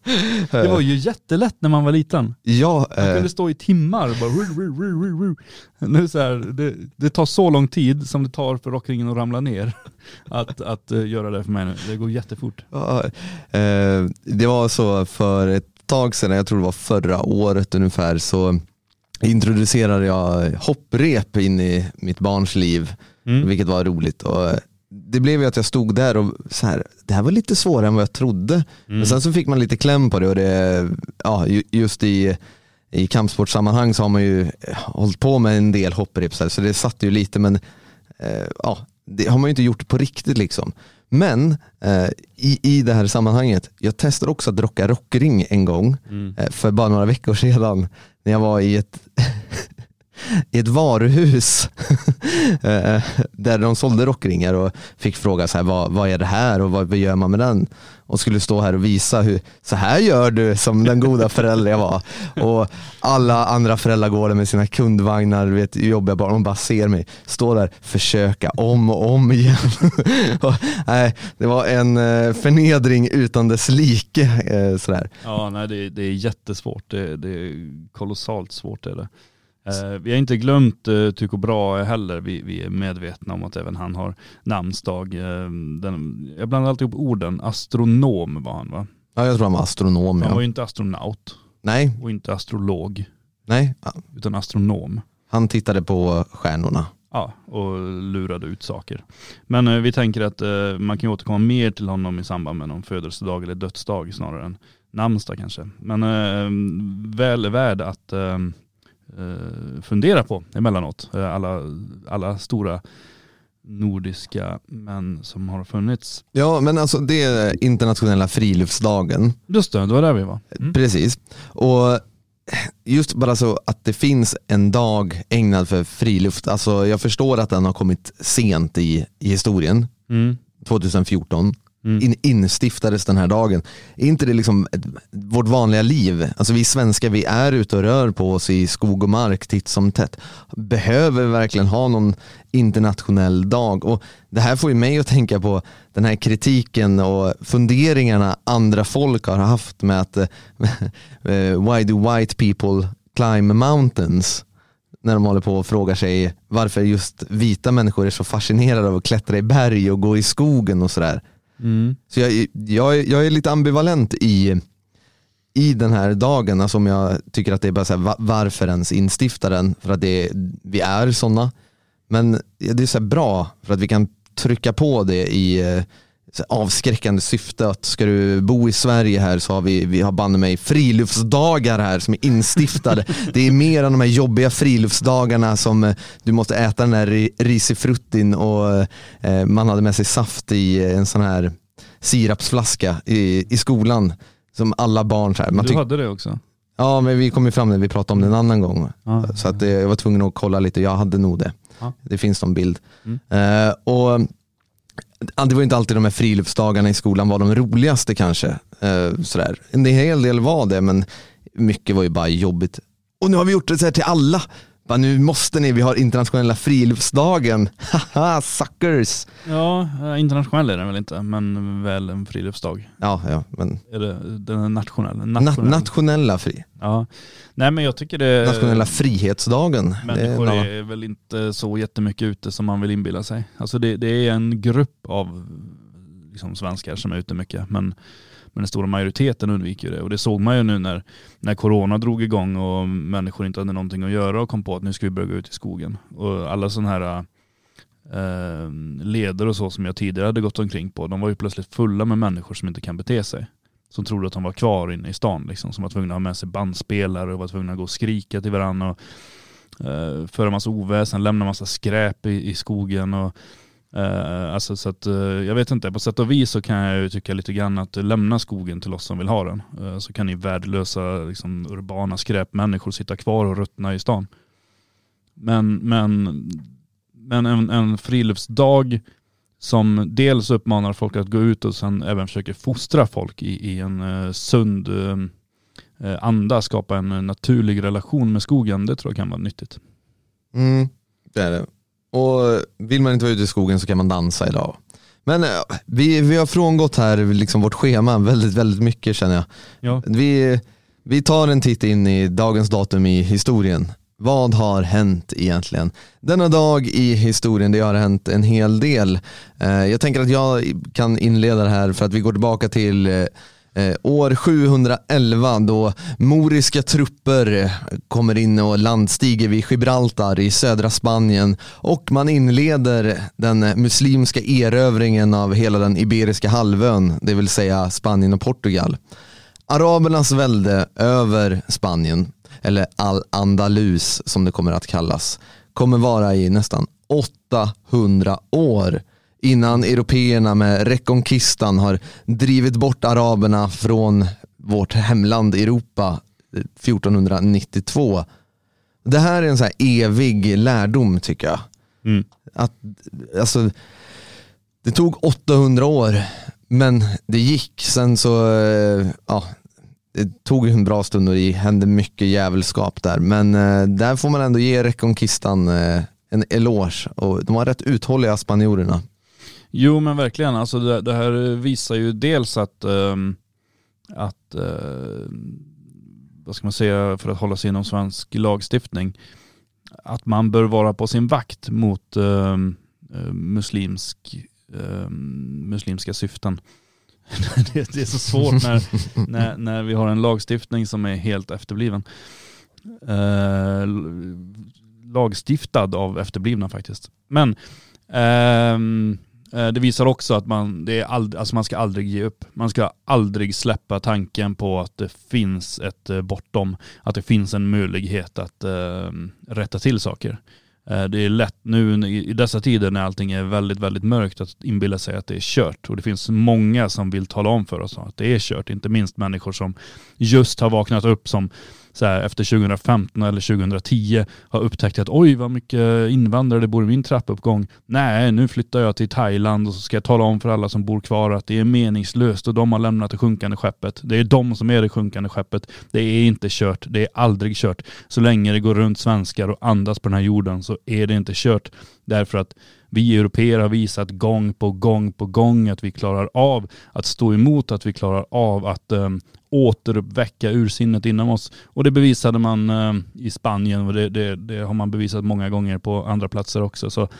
B: Det var ju jättelätt när man var liten.
C: Ja,
B: Man
C: eh,
B: kunde stå i timmar. Bara, ru, ru, ru, ru, ru. Nu så här, det, det tar så lång tid som det tar för rockringen att ramla ner. Att, att uh, göra det för mig nu. Det går jättefort.
C: ja, eh, det var så för ett tag sedan, jag tror det var förra året ungefär, så introducerade jag hopprep in i mitt barns liv,
B: Mm.
C: vilket var roligt. Och det blev ju att jag stod där och så här, det här var lite svårare än vad jag trodde.
B: Mm.
C: Men sen så fick man lite kläm på det och det, ja, ju- just i, i kampsportsammanhang så har man ju hållit på med en del hopprep så, här, så det satt ju lite, men eh, ja, det har man ju inte gjort på riktigt liksom. Men eh, i, i det här sammanhanget, jag testade också att rocka rockring en gång
B: Mm.
C: eh, för bara några veckor sedan när jag var i ett i ett varuhus eh, där de sålde rockringar och fick fråga så här, vad, vad är det här och vad, vad gör man med den? Och skulle stå här och visa hur, så här gör du som den goda förälder jag var. Och alla andra föräldrar går där med sina kundvagnar, vet, jobbar bara, de bara ser mig stå där, försöka om och om igen. och, nej, det var en eh, förnedring utan dess like. Eh, sådär.
B: Ja, nej, det, det är jättesvårt. Det, det är kolossalt svårt. Är det. Eh, vi har inte glömt eh, Tycho Brahe heller. Vi, vi är medvetna om att även han har namnsdag. Eh, den, jag blandar alltid ihop orden. Astronom var han, va?
C: Ja, jag tror han var astronom.
B: Han var
C: Ja.
B: ju inte astronaut
C: Nej,
B: och inte astrolog,
C: nej,
B: utan astronom.
C: han tittade på stjärnorna.
B: Ja, och lurade ut saker. Men eh, vi tänker att eh, man kan återkomma mer till honom i samband med någon födelsedag eller dödsdag snarare än namnsdag kanske. Men eh, väl värd att eh, eh, fundera på emellanåt. Eh, alla, alla stora nordiska män som har funnits.
C: Ja, men alltså det är internationella friluftsdagen.
B: Just det, det var där vi var. Mm.
C: Precis. Och just bara så att det finns en dag ägnad för friluft. Alltså jag förstår att den har kommit sent i, i historien.
B: Mm.
C: tjugohundrafjorton.
B: Mm.
C: In, instiftades den här dagen. Är inte det liksom ett, vårt vanliga liv? Alltså vi svenskar, vi är ute och rör på oss i skog och mark titt som tätt. Behöver vi verkligen ha någon internationell dag? Och det här får ju mig att tänka på den här kritiken och funderingarna andra folk har haft med att why do white people climb mountains? När de håller på och frågar sig varför just vita människor är så fascinerade av att klättra i berg och gå i skogen och sådär.
B: Mm.
C: Så jag, jag, jag är lite ambivalent i, i den här dagen. Alltså om jag tycker att det är bara så här, varför ens instifta den? För att det, vi är sådana. Men det är så här bra för att vi kan trycka på det i så här avskräckande syfte. Att ska du bo i Sverige här så har vi, vi har banne mig friluftsdagar här som är instiftade. Det är mer än de här jobbiga friluftsdagarna som du måste äta den här risifruttin och eh, man hade med sig saft i en sån här sirapsflaska i, i skolan som alla barn så här. Man
B: Du
C: tyck-
B: hade det också?
C: Ja, men vi kom ju fram när vi pratade om det en annan gång.
B: Ah,
C: Så att eh, jag var tvungen att kolla lite. Jag hade nog det.
B: Ja.
C: Det finns någon bild.
B: Mm.
C: Eh, och ja, det var inte alltid de här friluftsdagarna i skolan var de roligaste kanske. Eh, sådär. En hel del var det, men mycket var ju bara jobbigt. Och nu har vi gjort det så här till alla. Bara, nu måste ni, vi har internationella friluftsdagen. Haha, suckers.
B: Ja, eh, internationell är den väl inte, men väl en friluftsdag.
C: Ja, ja, men
B: Är det, den är nationell.
C: na-
B: nationell.
C: nationella fri.
B: Ja. Nej, men jag tycker det...
C: Nationella frihetsdagen. Det är
B: Människor
C: en annan-
B: är väl inte så jättemycket ute som man vill inbilla sig. Alltså det, det är en grupp av liksom svenskar som är ute mycket, men, men den stora majoriteten undviker det. Och det såg man ju nu när, när corona drog igång och människor inte hade någonting att göra och kom på att nu ska vi börja gå ut i skogen. Och alla sådana här eh, ledare och så som jag tidigare hade gått omkring på, de var ju plötsligt fulla med människor som inte kan bete sig. Som trodde att de var kvar inne i stan, liksom, som var tvungna att ha med sig bandspelare och var tvungna att gå och skrika till varandra och uh, föra massa oväsen, lämna massa skräp i, i skogen. Och, uh, alltså, så att, uh, jag vet inte, på sätt och vis så kan jag ju tycka lite grann att lämna skogen till oss som vill ha den. Uh, så kan ni värdelösa liksom, urbana skräpmänniskor sitta kvar och ruttna i stan. Men, men, men en, en friluftsdag som dels uppmanar folk att gå ut och sen även försöker fostra folk i, i en uh, sund uh, anda, skapa en uh, naturlig relation med skogen, det tror jag kan vara nyttigt.
C: Mm, det är det. Och vill man inte vara ute i skogen så kan man dansa idag. Men eh, vi, vi har frångått här liksom vårt schema väldigt, väldigt mycket känner jag.
B: Ja.
C: Vi, vi tar en titt in i dagens datum i historien. Vad har hänt egentligen? Denna dag i historien, det har hänt en hel del. Eh, jag tänker att jag kan inleda det här för att vi går tillbaka till eh, år sjuhundraelva då moriska trupper kommer in och landstiger vid Gibraltar i södra Spanien och man inleder den muslimska erövringen av hela den iberiska halvön, det vill säga Spanien och Portugal. Arabernas välde över Spanien, eller Al-Andalus som det kommer att kallas, kommer vara i nästan åttahundra år innan européerna med rekonkistan har drivit bort araberna från vårt hemland Europa fjortonhundranittiotvå. Det här är en så här evig lärdom tycker jag.
B: Mm.
C: Att, alltså, det tog åttahundra år men det gick. Sen så ja, det tog en bra stund och det hände mycket jävelskap där. Men där får man ändå ge rekonkistan en eloge och de var rätt uthålliga spanjorerna.
B: Jo men verkligen, alltså det, det här visar ju dels att, um, att uh, vad ska man säga, för att hålla sig inom svensk lagstiftning, att man bör vara på sin vakt mot uh, muslimsk, uh, muslimska syften. det, det är så svårt när, när, när vi har en lagstiftning som är helt efterbliven. Uh, lagstiftad av efterblivna faktiskt. Men um, det visar också att man, det är ald- alltså man ska aldrig ge upp. Man ska aldrig släppa tanken på att det finns ett bortom. Att det finns en möjlighet att uh, rätta till saker. Uh, det är lätt nu i dessa tider när allting är väldigt, väldigt mörkt att inbilla sig att det är kört. Och det finns många som vill tala om för oss att det är kört. Inte minst människor som just har vaknat upp som så här, efter tjugohundrafemton eller tjugohundratio har upptäckt att oj vad mycket invandrare det bor i min trappuppgång. Nej, nu flyttar jag till Thailand och så ska jag tala om för alla som bor kvar att det är meningslöst och de har lämnat det sjunkande skeppet. Det är de som är det sjunkande skeppet. Det är inte kört. Det är aldrig kört. Så länge det går runt svenskar och andas på den här jorden så är det inte kört. Därför att vi européer har visat gång på gång på gång att vi klarar av att stå emot, att vi klarar av att um, återuppväcka ursinnet inom oss. Och det bevisade man uh, i Spanien och det, det, det har man bevisat många gånger på andra platser också. Så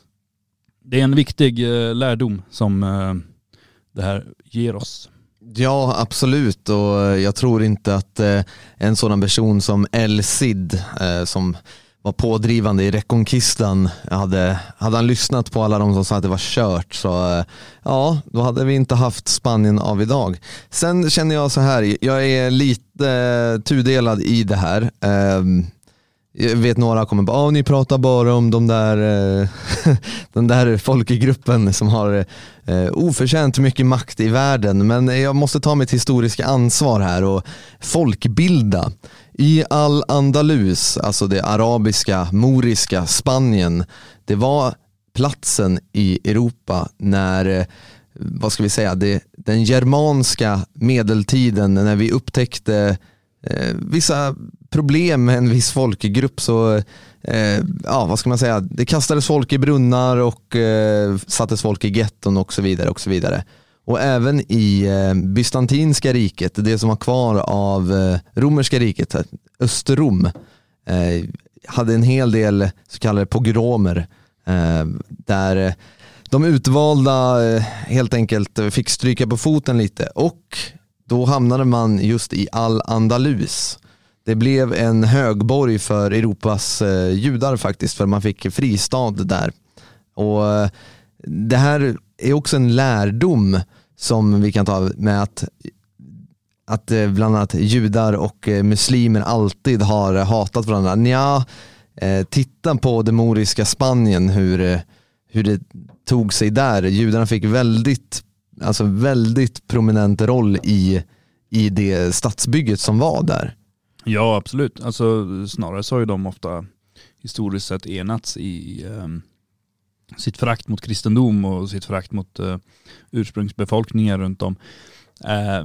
B: det är en viktig uh, lärdom som uh, det här ger oss.
C: Ja, absolut. Och jag tror inte att uh, en sådan person som El Cid uh, som var pådrivande i rekonkistan, hade, hade han lyssnat på alla de som sa att det var kört så ja, då hade vi inte haft Spanien av idag. Sen känner jag så här, jag är lite eh, tudelad i det här. Eh, jag vet några kommer bara, ah, ni pratar bara om de där, eh, den där folkgruppen som har eh, oförtjänt mycket makt i världen, men jag måste ta mitt historiska ansvar här och folkbilda. I Al-Andalus, alltså det arabiska, moriska Spanien, det var platsen i Europa när, vad ska vi säga, det, den germanska medeltiden, när vi upptäckte eh, vissa problem med en viss folkgrupp så, eh, ja vad ska man säga, det kastades folk i brunnar och eh, sattes folk i getton och så vidare och så vidare. Och även i eh, bysantinska riket, det som var kvar av eh, romerska riket, Österrom, eh, hade en hel del så kallade pogromer eh, där eh, de utvalda eh, helt enkelt fick stryka på foten lite och då hamnade man just i Al-Andalus. Det blev en högborg för Europas eh, judar faktiskt, för man fick fristad där. Och eh, det här är också en lärdom som vi kan ta med att, att bland annat judar och muslimer alltid har hatat varandra. Nja, titta på det moriska Spanien, hur, hur det tog sig där. Judarna fick väldigt, alltså väldigt prominent roll i, i det stadsbygget som var där.
B: Ja, absolut. Alltså, snarare så har ju de ofta historiskt sett enats i um, sitt förakt mot kristendom och sitt förakt mot uh, ursprungsbefolkningar runt om. Uh,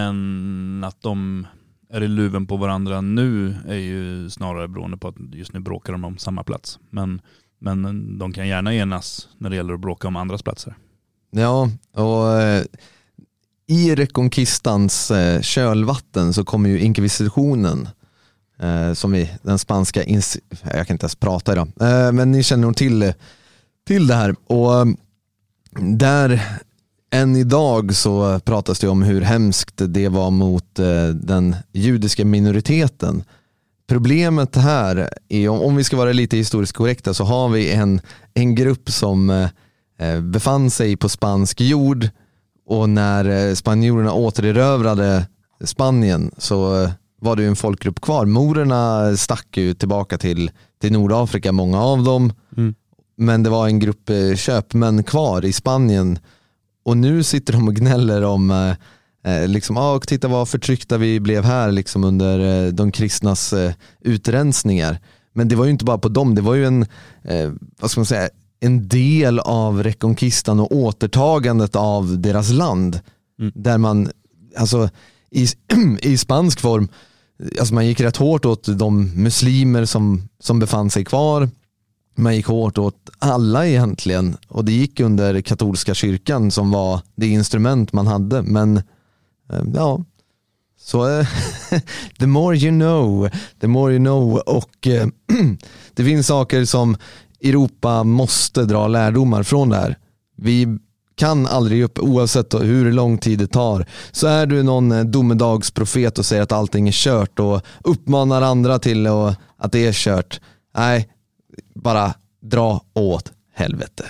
B: men att de är i luven på varandra nu är ju snarare beroende på att just nu bråkar de om samma plats. Men, men de kan gärna enas när det gäller att bråka om andras platser.
C: Ja, och eh, i Reconquistans eh, kölvatten så kommer ju inkvisitionen eh, som vi, den spanska ins- jag kan inte ens prata idag, eh, men ni känner nog till, till det här. Och eh, där än idag så pratas det om hur hemskt det var mot eh, den judiska minoriteten. Problemet här är, om vi ska vara lite historiskt korrekta, så har vi en, en grupp som eh, befann sig på spansk jord, och när eh, spanjorerna återerövrade Spanien så eh, var det ju en folkgrupp kvar. Morerna stack ju tillbaka till, till Nordafrika, många av dem. Mm. Men det var en grupp eh, köpmän kvar i Spanien, och nu sitter de och gnäller om eh, Eh, liksom, ah, och titta vad förtryckta vi blev här liksom under eh, de kristnas eh, utrensningar. Men det var ju inte bara på dem, det var ju en eh, vad ska man säga, en del av rekonkistan och återtagandet av deras land. Mm. Där man, alltså i, i spansk form, alltså man gick rätt hårt åt de muslimer som, som befann sig kvar. Man gick hårt åt alla egentligen, och det gick under katolska kyrkan som var det instrument man hade. Men ja, så the more you know, the more you know, och eh, det finns saker som Europa måste dra lärdomar från det här. Vi kan aldrig upp, oavsett hur lång tid det tar. Så är du någon domedagsprofet och säger att allting är kört och uppmanar andra till att det är kört, nej, bara dra åt helvete.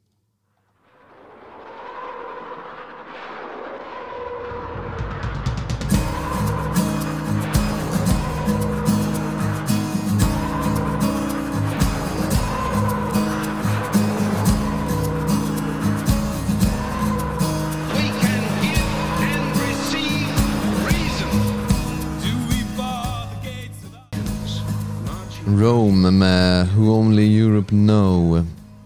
C: Rome med Who Only Europe Know.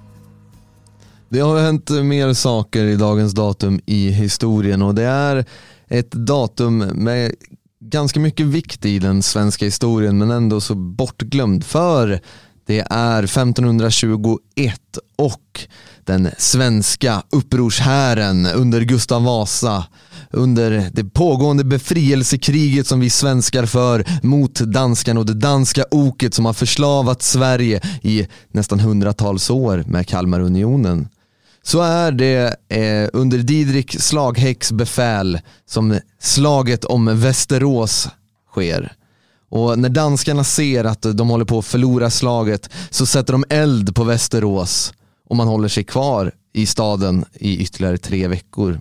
C: Det har hänt mer saker i dagens datum i historien, och det är ett datum med ganska mycket vikt i den svenska historien, men ändå så bortglömd, för det är femtonhundratjugoett och den svenska upprorshären under Gustav Vasa, under det pågående befrielsekriget som vi svenskar för mot danskarna och det danska oket som har förslavat Sverige i nästan hundratals år med Kalmarunionen. Så är det eh, under Didrik Slaghäcks befäl som slaget om Västerås sker. Och när danskarna ser att de håller på att förlora slaget, så sätter de eld på Västerås, och man håller sig kvar i staden i ytterligare tre veckor.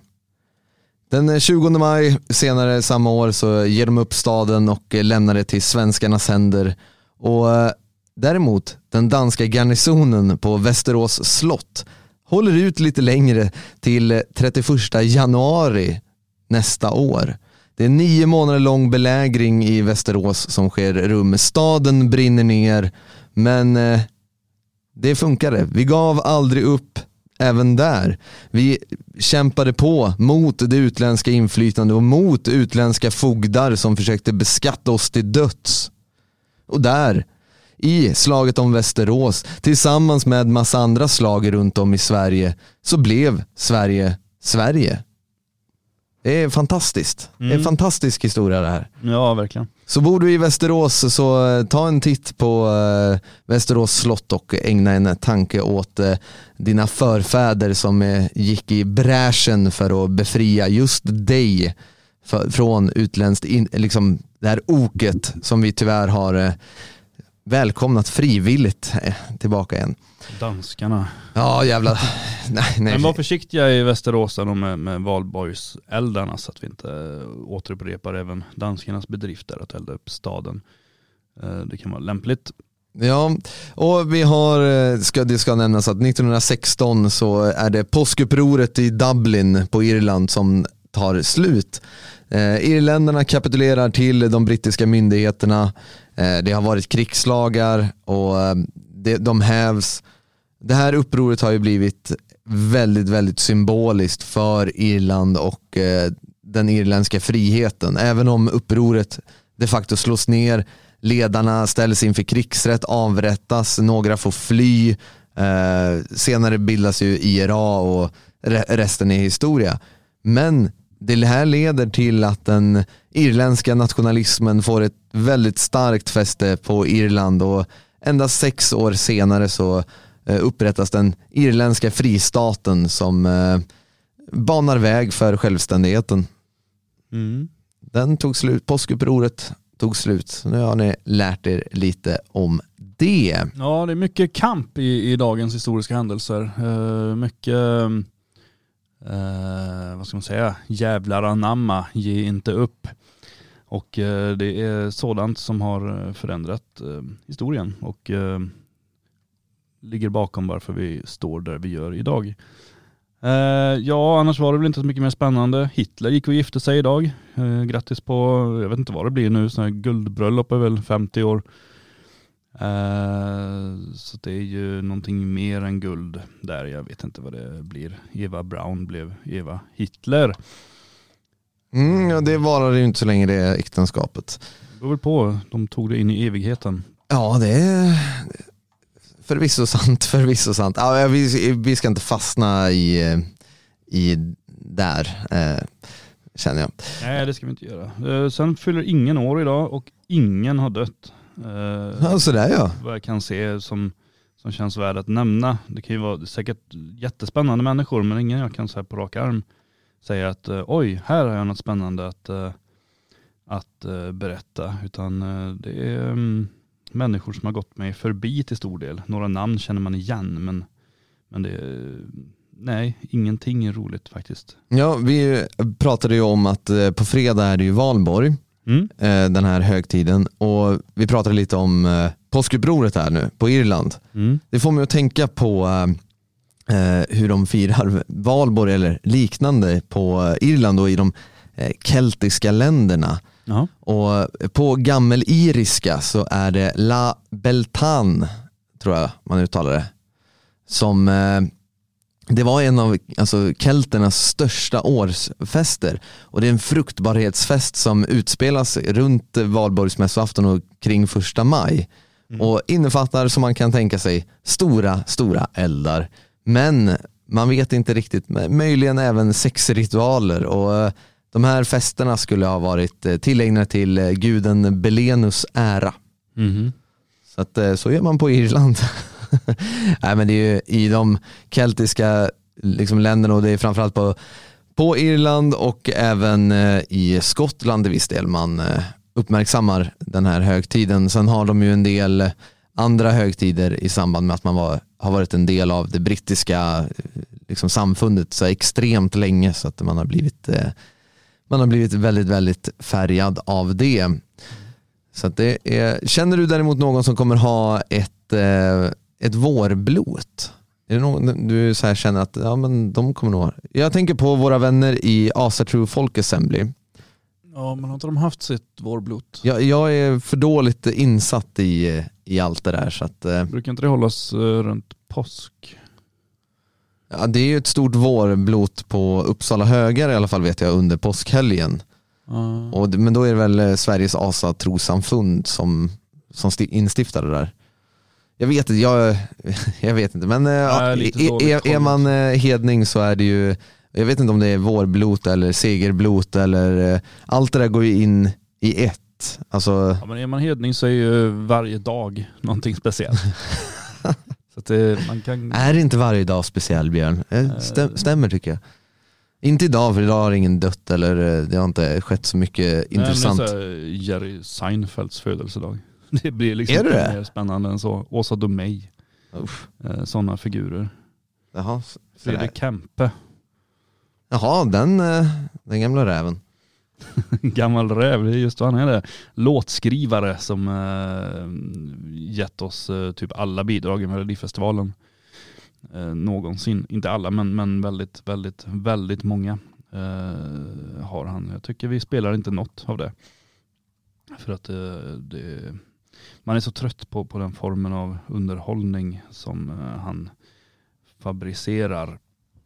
C: Den tjugonde maj senare samma år så ger de upp staden och lämnar det till svenskarnas händer. Och däremot den danska garnisonen på Västerås slott håller ut lite längre till trettioförsta januari nästa år. Det är nio månader lång belägring i Västerås som sker rum. Staden brinner ner, men eh, det funkade. Vi gav aldrig upp även där. Vi kämpade på mot det utländska inflytande och mot utländska fogdar som försökte beskatta oss till döds. Och där, i slaget om Västerås, tillsammans med massa andra slag runt om i Sverige, så blev Sverige Sverige. Det är fantastiskt. Mm. Det är en fantastisk historia det här.
B: Ja, verkligen.
C: Så bor du i Västerås, så ta en titt på uh, Västerås slott och ägna en tanke åt uh, dina förfäder som uh, gick i bräschen för att befria just dig för, från utländskt in, liksom det här oket som vi tyvärr har uh, välkomnat frivilligt uh, tillbaka igen.
B: Danskarna.
C: Ja, jävla. Nej, nej.
B: Men var försiktiga i Västerås med, med valborgseldarna, så att vi inte återupprepar även danskarnas bedrifter att elda upp staden. Det kan vara lämpligt.
C: Ja, och vi har, ska, det ska nämnas att nittonhundrasexton så är det påskupproret i Dublin på Irland som tar slut. Eh, Irländarna kapitulerar till de brittiska myndigheterna. Eh, det har varit krigslagar och eh, det, de hävs. Det här upproret har ju blivit väldigt, väldigt symboliskt för Irland och eh, den irländska friheten. Även om upproret de facto slås ner, ledarna ställs inför krigsrätt, avrättas, några får fly. Eh, senare bildas ju I R A och re- resten är historia. Men det här leder till att den irländska nationalismen får ett väldigt starkt fäste på Irland, och endast sex år senare så upprättas den irländska fristaten som banar väg för självständigheten.
B: Mm.
C: Den tog slut, påskupproret tog slut. Nu har ni lärt er lite om det.
B: Ja, det är mycket kamp i, i dagens historiska händelser. Uh, mycket, uh, vad ska man säga, jävlar anamma, ge inte upp. Och uh, det är sådant som har förändrat uh, historien och uh, ligger bakom varför vi står där vi gör idag. Uh, ja, annars var det väl inte så mycket mer spännande. Hitler gick och gifte sig idag. Uh, grattis på, jag vet inte vad det blir nu, sån här guldbröllop är väl femtio år. Uh, så det är ju någonting mer än guld där. Jag vet inte vad det blir. Eva Braun blev Eva Hitler.
C: Mm, ja, det varade ju inte så länge det äktenskapet.
B: Det går väl på, de tog det in i evigheten.
C: Ja, det är förvisso sant, förvisso sant. Ja, vi, vi ska inte fastna i, i där, eh, känner jag.
B: Nej, det ska vi inte göra. Uh, sen fyller ingen år idag och ingen har dött. Uh,
C: ja, så där ja.
B: Vad jag kan se som, som känns värd att nämna. Det kan ju vara säkert jättespännande människor, men ingen jag kan säga på rak arm säga att uh, oj, här har jag något spännande att, uh, att uh, berätta. Utan uh, det är um, människor som har gått mig förbi till stor del. Några namn känner man igen, men, men det är, nej, ingenting är roligt faktiskt.
C: Ja, vi pratade ju om att uh, på fredag är det ju valborg. Mm. Den här högtiden, och vi pratade lite om eh, påskupproret här nu på Irland. Mm. Det får mig att tänka på eh, hur de firar valborg eller liknande på Irland och i de eh, keltiska länderna. Uh-huh. Och på gammeliriska så är det La Beltan, tror jag man uttalar det, som eh, det var en av alltså, kelternas största årsfester, och det är en fruktbarhetsfest som utspelas runt valborgsmässoafton och kring första maj. Mm. Och innefattar, som man kan tänka sig, stora, stora eldar. Men man vet inte riktigt, möjligen även sexritualer, och de här festerna skulle ha varit tillägnade till guden Belenus ära. Mm. Så att så gör man på Irland. Nej, men det är ju i de keltiska liksom, länderna, och det är framförallt på, på Irland och även eh, i Skottland i viss del man eh, uppmärksammar den här högtiden. Sen har de ju en del andra högtider i samband med att man var, har varit en del av det brittiska liksom, samfundet så extremt länge, så att man har blivit eh, man har blivit väldigt, väldigt färgad av det. Så att det är, känner du däremot någon som kommer ha ett eh, ett vårblot? Är det någon du så här känner att ja, men de kommer nog? Jag tänker på våra vänner i Asa True Folk Assembly.
B: Ja, men har inte de haft sitt vårblot?
C: Jag, jag är för dåligt insatt i, i allt det där. Så att,
B: brukar inte det hållas uh, runt påsk?
C: Ja, det är ju ett stort vårblot på Uppsala högar i alla fall, vet jag, under påskhelgen. Uh. Och, men då är det väl Sveriges Asa Trosamfund som, som instiftar det där. Jag vet inte, jag, jag vet inte, men ja, är, är, är man hedning så är det ju, jag vet inte om det är vårblot eller segerblot eller allt det där går ju in i ett. Alltså,
B: ja, men är man hedning så är ju varje dag någonting speciellt. Så att det, man kan...
C: Är det inte varje dag speciell, Björn? Stäm, stämmer tycker jag. Inte idag, för idag har ingen dött eller det har inte skett så mycket Nej, intressant.
B: Men det är så Jerry Seinfelds födelsedag. Det blir liksom
C: det det?
B: mer spännande än så. Åsa Domeij. Sådana figurer.
C: Jaha,
B: Fredrik Kempe.
C: Jaha, den, den gamla räven.
B: Gammal räv, det är just vad han är det. Låtskrivare som äh, gett oss äh, typ alla bidrag i Melodifestivalen. Äh, någonsin. Inte alla, men, men väldigt, väldigt, väldigt många äh, har han. Jag tycker vi spelar inte något av det. För att äh, det... Man är så trött på, på den formen av underhållning som uh, han fabricerar.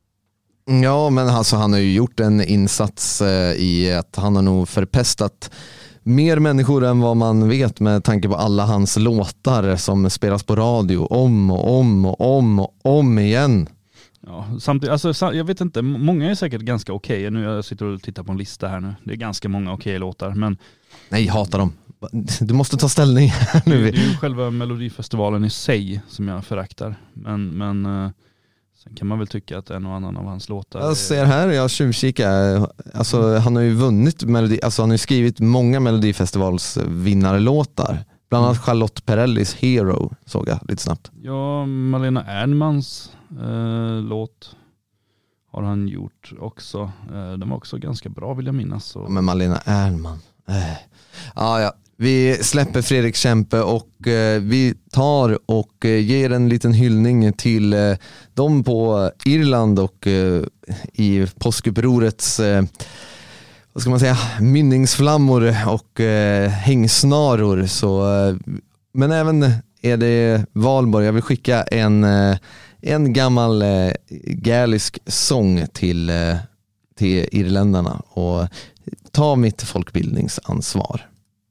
C: Ja, men alltså, han har ju gjort en insats uh, i att han har nog förpestat mer människor än vad man vet med tanke på alla hans låtar som spelas på radio om och om och om och om igen.
B: Ja, samtidigt, alltså, jag vet inte, många är säkert ganska okej. Okay. Nu jag sitter och tittar på en lista här nu. Det är ganska många okej okay låtar. Men
C: nej, jag hatar dem. Du måste ta ställning nu.
B: Det är ju själva Melodifestivalen i sig som jag föraktar. Men, men uh, sen kan man väl tycka att en och annan av hans låtar...
C: Jag ser här, jag tjuvkikar. Alltså, han har ju vunnit Melodi, alltså han har ju skrivit många Melodifestivals vinnarlåtar. Bland annat Charlotte Perrellis Hero såg jag lite snabbt.
B: Ja, Malena Ernmans eh, låt har han gjort också. Eh, den var också ganska bra vill jag minnas. Så.
C: Ja, men Malena Ernman. Äh. Ah, ja. Vi släpper Fredrik Kempe och eh, vi tar och eh, ger en liten hyllning till eh, dem på Irland och eh, i påskupprorets eh, vad ska man säga, mynningsflammor och eh, hängsnaror. Så, eh, men även är det Valborg. Jag vill skicka en, eh, en gammal eh, gaelisk sång till, eh, till irländarna och ta mitt folkbildningsansvar.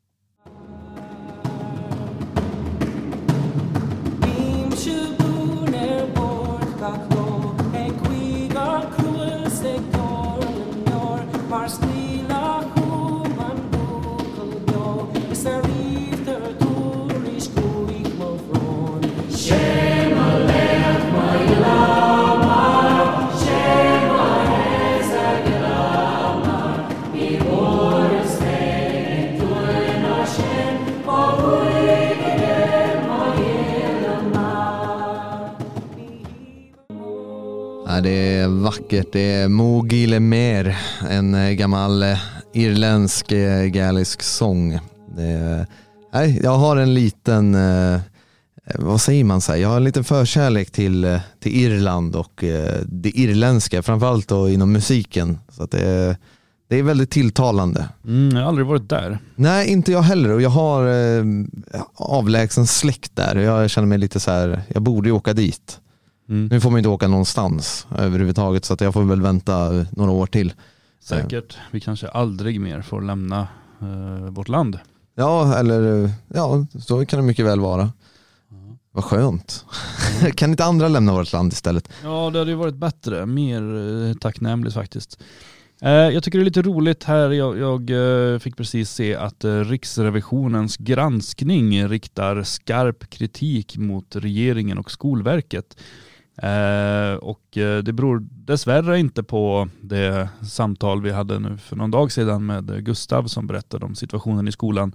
C: Det är vackert, det är Mo Gilemer, en gammal irländsk gaelisk sång. Det är, nej, jag har en liten, vad säger man så här? Jag har en liten förkärlek till, till Irland och det irländska, framförallt då inom musiken. Så att det är, det är väldigt tilltalande.
B: Mm, jag har aldrig varit där.
C: Nej, inte jag heller. Och jag har eh, avlägsen släkt där. Jag känner mig lite så här, jag borde ju åka dit. Mm. Nu får man inte åka någonstans överhuvudtaget, så att jag får väl vänta några år till.
B: Säkert. Vi kanske aldrig mer får lämna uh, vårt land.
C: Ja, eller ja, så kan det mycket väl vara. Mm. Vad skönt. Mm. Kan inte andra lämna vårt land istället?
B: Ja, det hade ju varit bättre. Mer uh, tacknämligt faktiskt. Uh, jag tycker det är lite roligt här. Jag, jag uh, fick precis se att uh, Riksrevisionens granskning riktar skarp kritik mot regeringen och Skolverket. Eh, och eh, det beror dessvärre inte på det samtal vi hade nu för någon dag sedan med Gustav som berättade om situationen i skolan.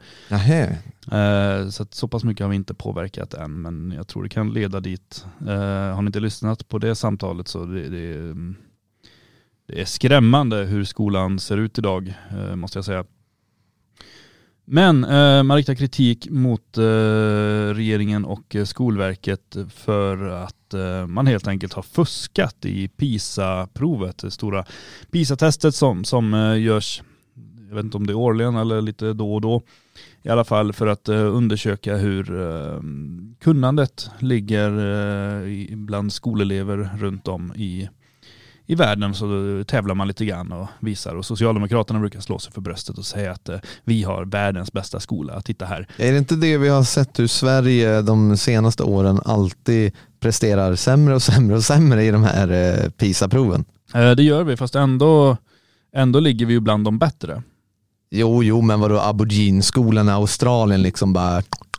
B: Eh, så att så pass mycket har vi inte påverkat än, men jag tror det kan leda dit. Eh, har ni inte lyssnat på det samtalet så det, det, det är skrämmande hur skolan ser ut idag, eh, måste jag säga. Men eh, man riktar kritik mot eh, regeringen och eh, Skolverket för att eh, man helt enkelt har fuskat i PISA-provet, det stora PISA-testet som, som eh, görs, jag vet inte om det är årligen eller lite då och då, i alla fall för att eh, undersöka hur eh, kunnandet ligger eh, bland skolelever runt om i I världen. Så tävlar man lite grann och visar, och Socialdemokraterna brukar slå sig för bröstet och säga att eh, vi har världens bästa skola, titta här.
C: Är det inte det vi har sett hur Sverige de senaste åren alltid presterar sämre och sämre och sämre i de här eh, PISA-proven?
B: Eh, det gör vi, fast ändå, ändå ligger vi ju bland de bättre.
C: Jo, jo, men vadå, Aberdeen-skolan i Australien liksom bara...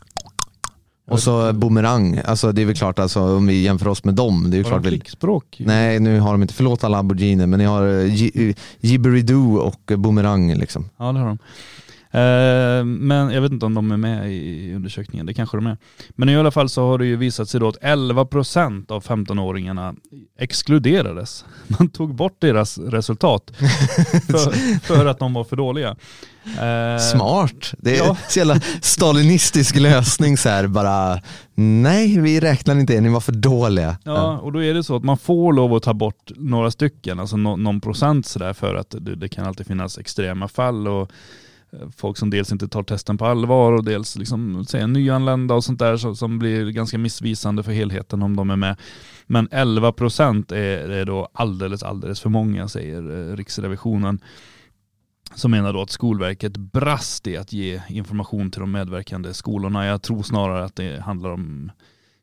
C: Och så Boomerang, alltså det är väl klart, alltså, om vi jämför oss med dem, det är ju klart.
B: Klickspråk?
C: Nej, nu har de inte, förlåt alla aboriginer, men ni har Jibberidoo och Boomerang liksom.
B: Ja, det har de. Eh, men jag vet inte om de är med i undersökningen, det kanske de är. Men i alla fall så har det ju visat sig då att elva procent av femtonåringarna exkluderades. Man tog bort deras resultat för, för att de var för dåliga. Eh,
C: Smart. Det är
B: ja.
C: så jävla stalinistisk lösning så här, bara nej, vi räknar inte, ni var för dåliga.
B: Ja, och då är det så att man får lov att ta bort några stycken, alltså no, någon procent så där, för att det, det kan alltid finnas extrema fall och folk som dels inte tar testen på allvar och dels liksom säger nyanlända och sånt där så, som blir ganska missvisande för helheten om de är med. Men elva procent är, är då alldeles, alldeles för många, säger eh, Riksrevisionen, som menar då att Skolverket brast i att ge information till de medverkande skolorna. Jag tror snarare att det handlar om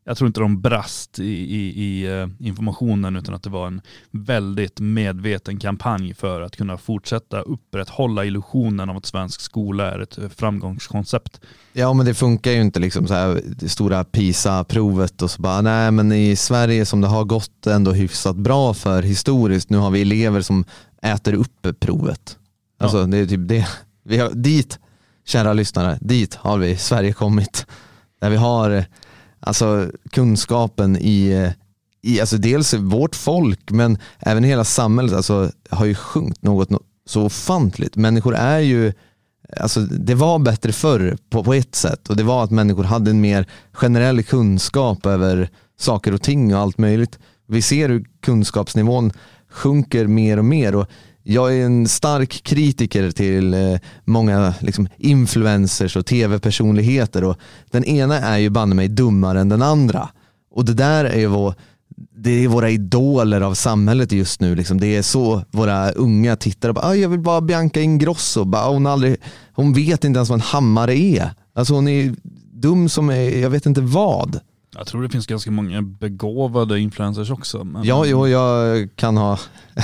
B: jag tror inte de brast i, i, i uh, informationen, utan att det var en väldigt medveten kampanj för att kunna fortsätta upprätthålla illusionen av att svensk skola är ett framgångskoncept.
C: Ja, men det funkar ju inte liksom så här det stora PISA-provet och så bara, nej men i Sverige som det har gått ändå hyfsat bra för historiskt, nu har vi elever som äter upp provet. Alltså ja. Det är typ det. Vi har, dit, kära lyssnare, dit har vi Sverige kommit. Där vi har alltså kunskapen i, i alltså dels vårt folk, men även hela samhället alltså, har ju sjunkit något så ofantligt. Människor är ju, alltså det var bättre förr på, på ett sätt, och det var att människor hade en mer generell kunskap över saker och ting och allt möjligt. Vi ser hur kunskapsnivån sjunker mer och mer, och jag är en stark kritiker till eh, många liksom, influencers och tv-personligheter, och den ena är ju banne mig dummare än den andra, och det där är ju vår, det är våra idoler av samhället just nu liksom. Det är så våra unga tittar och bara, ah, jag vill bara Bianca Ingrosso, bara, hon, aldrig, hon vet inte ens vad en hammare är, alltså hon är dum som är, jag vet inte vad.
B: Jag tror det finns ganska många begåvade influencers också. Men...
C: Ja, jo, jag kan ha...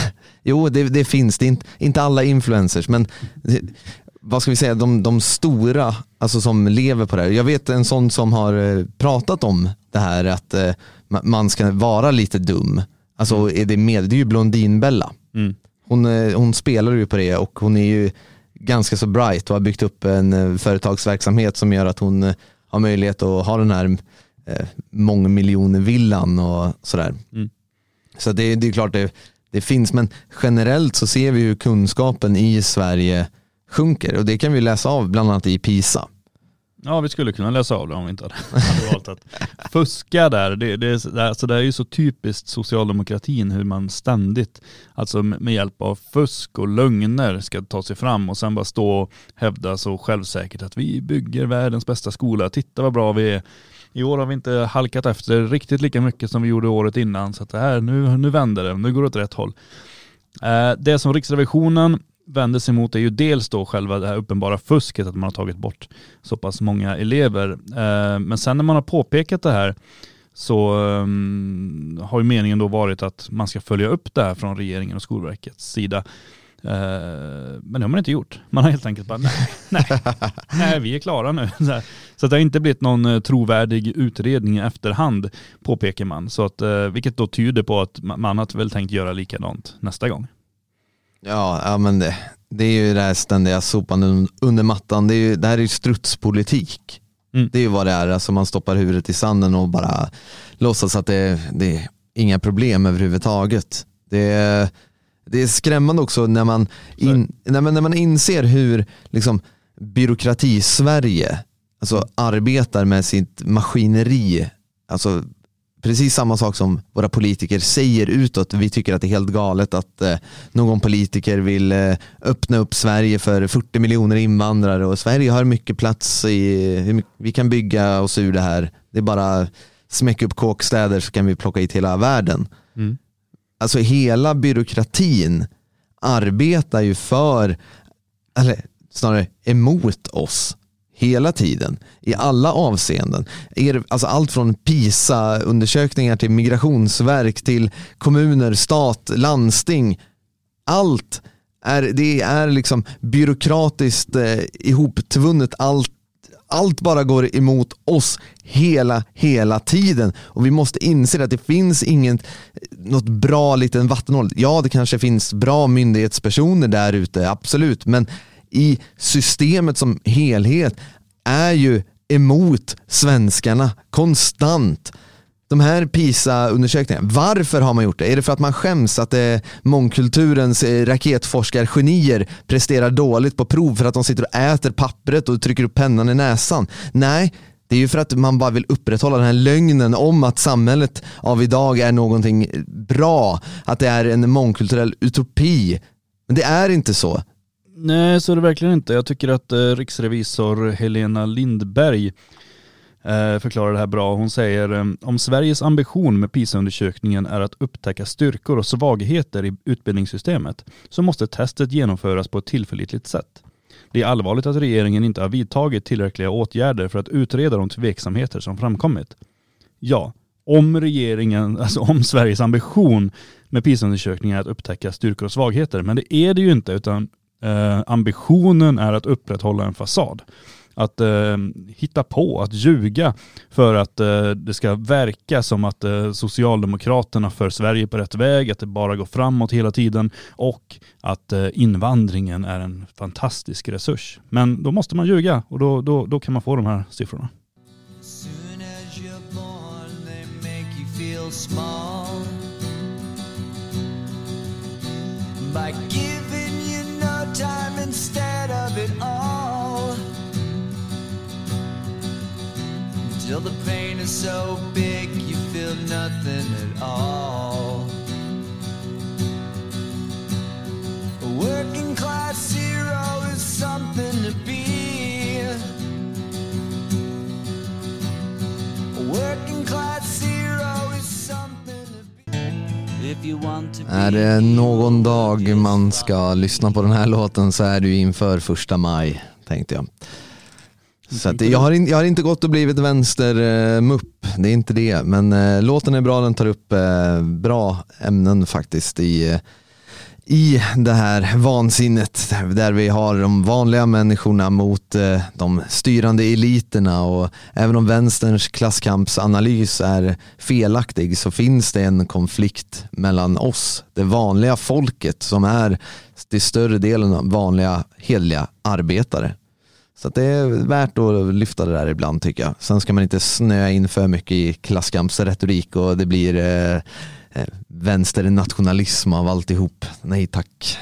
C: jo, det, det finns. Det är inte, inte alla influencers, men det, vad ska vi säga, de, de stora alltså som lever på det här. Jag vet en sån som har pratat om det här, att eh, man ska vara lite dum. Alltså mm. är det med, det är ju Blondinbella. Mm. Hon, hon spelar ju på det, och hon är ju ganska så bright och har byggt upp en företagsverksamhet som gör att hon har möjlighet att ha den här många miljoner villan och sådär. Mm. Så det, det är klart det, det finns, men generellt så ser vi hur kunskapen i Sverige sjunker, och det kan vi läsa av bland annat i PISA.
B: Ja, vi skulle kunna läsa av det om vi inte hade, hade valt att fuska där. Det, det, alltså det är ju så typiskt socialdemokratin, hur man ständigt, alltså med hjälp av fusk och lögner, ska ta sig fram och sen bara stå och hävda så självsäkert att vi bygger världens bästa skola. Titta vad bra vi är. I år har vi inte halkat efter riktigt lika mycket som vi gjorde året innan, så att det här, nu, nu vänder det, nu går det åt rätt håll. Eh, det som Riksrevisionen vänder sig mot är ju dels då själva det här uppenbara fusket, att man har tagit bort så pass många elever. Eh, men sen när man har påpekat det här så um, har ju meningen då varit att man ska följa upp det här från regeringen och Skolverkets sida. Uh, men det har man inte gjort. Man har helt enkelt bara, nej, nej, nej vi är klara nu. Så, så det har inte blivit någon trovärdig utredning i efterhand, påpekar man. Så att, uh, vilket då tyder på att man har väl tänkt göra likadant nästa gång.
C: Ja, ja men det, det är ju det här ständiga sopan under mattan. Det, är ju, det här är ju strutspolitik. Mm. Det är ju vad det är. Alltså man stoppar huvudet i sanden och bara låtsas att det, det är inga problem överhuvudtaget. Det är, det är skrämmande också när man, in, när man, när man inser hur liksom, byråkrati i Sverige alltså, arbetar med sitt maskineri. Alltså precis samma sak som våra politiker säger utåt. Vi tycker att det är helt galet att eh, någon politiker vill eh, öppna upp Sverige för fyrtio miljoner invandrare, och Sverige har mycket plats i, vi kan bygga oss ur det här. Det är bara smäcka upp kåkstäder så kan vi plocka hit hela världen. Mm. Alltså hela byråkratin arbetar ju för, eller snarare emot oss. Hela tiden, i alla avseenden. Alltså allt från PISA-undersökningar till migrationsverk till kommuner, stat, landsting. Allt är, det är liksom byråkratiskt eh, ihoptvunnet. Allt, allt bara går emot oss hela, hela tiden. Och vi måste inse att det finns ingen, något bra liten vattenhål. Ja, det kanske finns bra myndighetspersoner där ute, absolut. Men i systemet som helhet är ju emot svenskarna konstant. De här PISA-undersökningarna, varför har man gjort det? Är det för att man skäms att eh, mångkulturens eh, raketforskargenier presterar dåligt på prov för att de sitter och äter pappret och trycker upp pennan i näsan? Nej, det är ju för att man bara vill upprätthålla den här lögnen om att samhället av idag är någonting bra, att det är en mångkulturell utopi. Men det är inte så.
B: Nej, så är det verkligen inte. Jag tycker att eh, riksrevisor Helena Lindberg eh, förklarar det här bra. Hon säger, eh, om Sveriges ambition med PISA-undersökningen är att upptäcka styrkor och svagheter i utbildningssystemet, så måste testet genomföras på ett tillförlitligt sätt. Det är allvarligt att regeringen inte har vidtagit tillräckliga åtgärder för att utreda de tveksamheter som framkommit. ja, om regeringen, alltså om Sveriges ambition med PISA-undersökningar är att upptäcka styrkor och svagheter. Men det är det ju inte, utan eh, ambitionen är att upprätthålla en fasad. Att eh, hitta på, att ljuga för att eh, det ska verka som att eh, Socialdemokraterna för Sverige på rätt väg, att det bara går framåt hela tiden och att eh, invandringen är en fantastisk resurs. Men då måste man ljuga och då, då, då kan man få de här siffrorna.
A: Soon as you're born, they make you feel small by giving you no time instead of it all. Till the pain is so big you feel nothing at all. A working class hero is something to be. A working class hero is something to be. If you want to be.
C: Är det någon dag man ska lyssna på den här låten så är det ju inför första maj, tänkte jag. Så att jag, har in, jag har inte gått och blivit vänstermupp, eh, det är inte det. Men eh, låten är bra, den tar upp eh, bra ämnen faktiskt i, eh, i det här vansinnet. Där vi har de vanliga människorna mot eh, de styrande eliterna. Och även om vänsterns klasskampsanalys är felaktig så finns det en konflikt mellan oss, det vanliga folket, som är till större delen av vanliga hedliga arbetare. Så att det är värt att lyfta det där ibland, tycker jag. Sen ska man inte snöa in för mycket i klasskampsretorik och det blir eh, vänsternationalism av alltihop. Nej tack.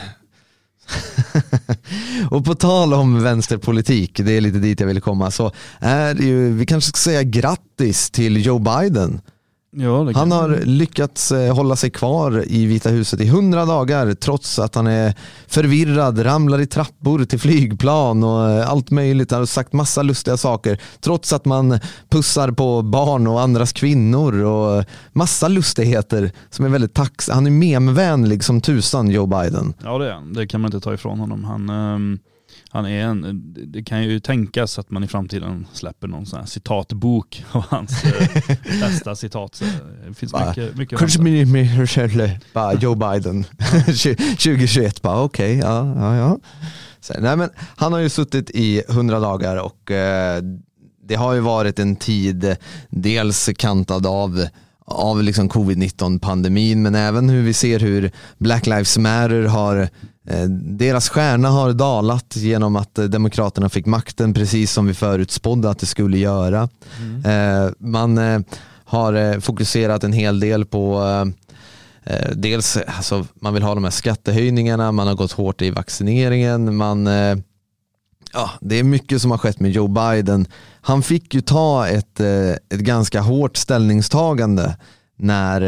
C: Och på tal om vänsterpolitik, det är lite dit jag vill komma, så är det ju, vi kanske ska säga grattis till Joe Biden.
B: Ja, det kan.
C: Han har lyckats hålla sig kvar i Vita huset i hundra dagar trots att han är förvirrad, ramlar i trappor till flygplan och allt möjligt. Han har sagt massa lustiga saker trots att man pussar på barn och andras kvinnor och massa lustigheter som är väldigt tax. Han är memvänlig som tusan, Joe Biden.
B: Ja, det är han. Det kan man inte ta ifrån honom. Han... Um... Han är en, det kan ju tänkas att man i framtiden släpper någon sån här citatbok av hans eh, bästa citat. Det finns bara, mycket, mycket
C: kanske med, med bara Joe Biden tjugohundratjugoett, bara okej, okay, ja, ja, ja. Så, nej, men han har ju suttit i hundra dagar och eh, det har ju varit en tid dels kantad av av liksom covid nitton-pandemin, men även hur vi ser hur Black Lives Matter har eh, deras stjärna har dalat genom att eh, demokraterna fick makten precis som vi förutspådde att det skulle göra. Mm. Eh, man eh, har eh, fokuserat en hel del på eh, dels, alltså, man vill ha de här skattehöjningarna, man har gått hårt i vaccineringen, man eh, ja, det är mycket som har skett med Joe Biden. Han fick ju ta ett, ett ganska hårt ställningstagande när,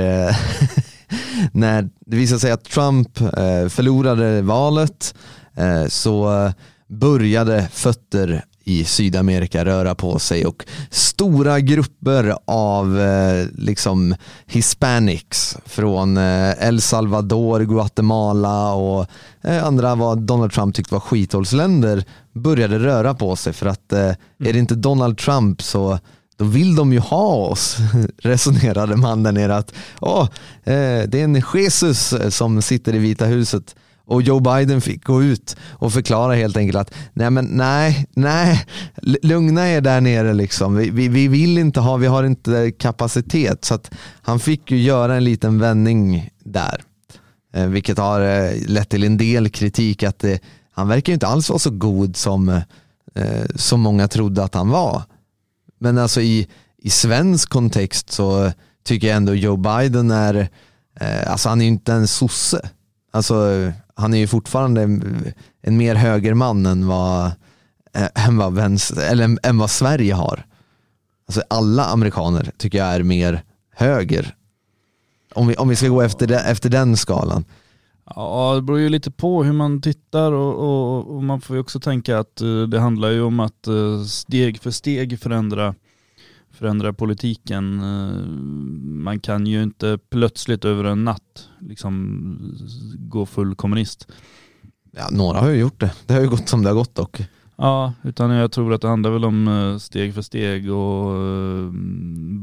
C: när det visade sig att Trump förlorade valet, så började fötter i Sydamerika röra på sig och stora grupper av liksom hispanics från El Salvador, Guatemala och andra vad Donald Trump tyckte var skithållsländer började röra på sig, för att är det inte Donald Trump så då vill de ju ha oss, resonerade man där nere, att åh, det är en Jesus som sitter i Vita huset. Och Joe Biden fick gå ut och förklara helt enkelt att nej, men nej, nej, lugna er där nere liksom. Vi, vi, vi vill inte ha, vi har inte kapacitet. Så att han fick ju göra en liten vändning där. Eh, vilket har eh, lett till en del kritik att eh, han verkar ju inte alls vara så god som, eh, som många trodde att han var. Men alltså i, i svensk kontext så tycker jag ändå Joe Biden är, eh, alltså han är ju inte en sosse. Alltså han är ju fortfarande en, en mer högerman än vad, äh, än, vad vänster, eller, än vad Sverige har. Alltså alla amerikaner tycker jag är mer höger. Om vi, om vi ska gå efter, det, efter den skalan.
B: Ja, det beror ju lite på hur man tittar och, och, och man får ju också tänka att uh, det handlar ju om att uh, steg för steg förändra förändra politiken. Man kan ju inte plötsligt över en natt liksom gå full kommunist.
C: Ja, några har ju gjort det. Det har ju gått som det har gått dock.
B: Ja, utan jag tror att det handlar väl om steg för steg och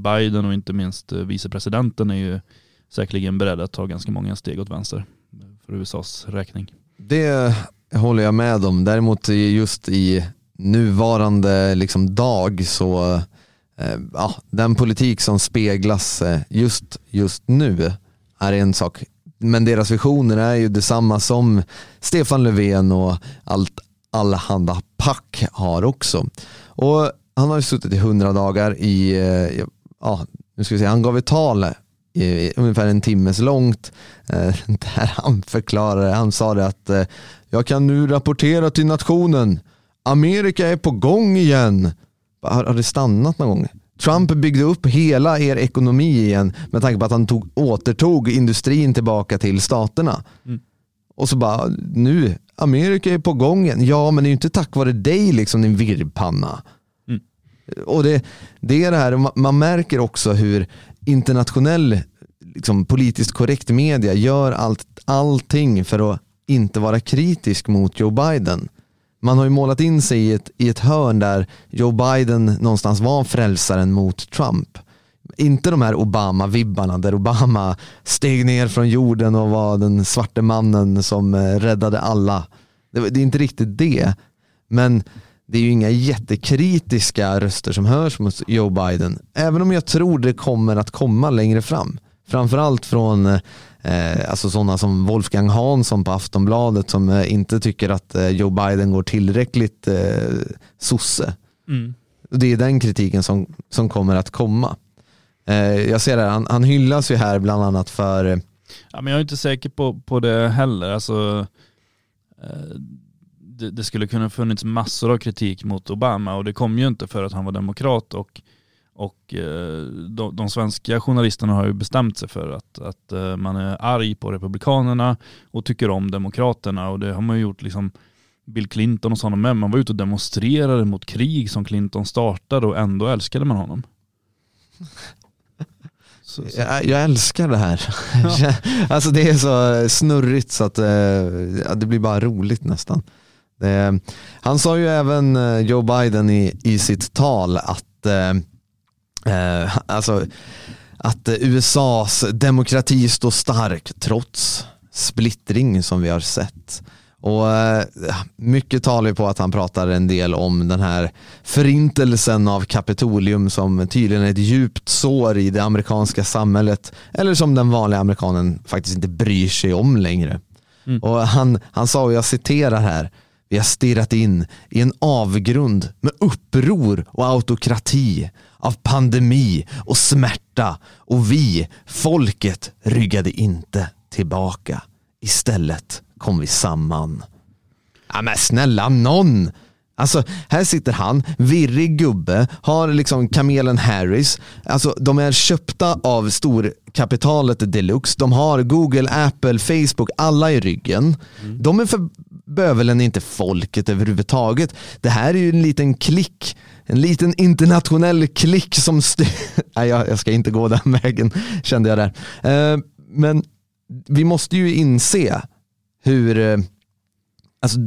B: Biden och inte minst vicepresidenten är ju säkerligen beredda att ta ganska många steg åt vänster för U S A:s räkning.
C: Det håller jag med om. Däremot just i nuvarande liksom dag så eh, ja, den politik som speglas just, just nu är en sak. Men deras visioner är ju detsamma som Stefan Löfven och allt allehanda pack har också. Och han har ju suttit i hundra dagar i, ja, nu ska vi se, han gav ett tal i ungefär en timmes långt där han förklarade, han sa det att jag kan nu rapportera till nationen, Amerika är på gång igen. Har, har det stannat någon gång? Trump byggde upp hela er ekonomi igen med tanke på att han tog, återtog industrin tillbaka till staterna. Mm. Och så bara, nu, Amerika är på gång igen. Ja, men det är ju inte tack vare dig liksom, din virrpanna. Mm. Och det, det är det här, man märker också hur internationell liksom, politiskt korrekt media gör allt, allting för att inte vara kritisk mot Joe Biden. Man har ju målat in sig i ett, i ett hörn där Joe Biden någonstans var frälsaren mot Trump. Inte de här Obama-vibbarna där Obama steg ner från jorden och var den svarte mannen som räddade alla. Det, det är inte riktigt det. Men det är ju inga jättekritiska röster som hörs mot Joe Biden. Även om jag tror det kommer att komma längre fram. Framförallt från eh, alltså sådana som Wolfgang Hansson på Aftonbladet som eh, inte tycker att eh, Joe Biden går tillräckligt eh, sosse. Mm. Det är den kritiken som, som kommer att komma. Eh, jag ser det, han, han hyllas ju här bland annat för... Eh,
B: ja, men jag är inte säker på, på det heller. Alltså, eh, det, det skulle kunna funnits massor av kritik mot Obama och det kom ju inte för att han var demokrat och Och de, de svenska journalisterna har ju bestämt sig för att, att man är arg på republikanerna och tycker om demokraterna. Och det har man ju gjort liksom Bill Clinton och sådana med. Man var ute och demonstrerade mot krig som Clinton startade och ändå älskade man honom.
C: Så, så. Jag, jag älskar det här. Ja. Alltså det är så snurrigt så att ja, det blir bara roligt nästan. Det, han sa ju även Joe Biden i, i sitt tal att Eh, alltså att U S A:s demokrati står stark trots splittring som vi har sett. Och eh, mycket talar på att han pratar en del om den här förintelsen av Kapitolium som tydligen är ett djupt sår i det amerikanska samhället eller som den vanliga amerikanen faktiskt inte bryr sig om längre. Mm. Och han, han sa, och jag citerar här: vi har stirrat in i en avgrund med uppror och autokrati, av pandemi och smärta, och vi, folket, ryggade inte tillbaka. Istället kom vi samman. Ja, men snälla någon! Alltså, här sitter han, virrig gubbe, har liksom kamelen Harris. Alltså, de är köpta av storkapitalet deluxe. De har Google, Apple, Facebook, alla i ryggen. Mm. De är för bövelen inte folket överhuvudtaget. Det här är ju en liten klick, en liten internationell klick som styr... Nej, jag, jag ska inte gå den vägen, kände jag där. Uh, men vi måste ju inse hur... Uh, alltså,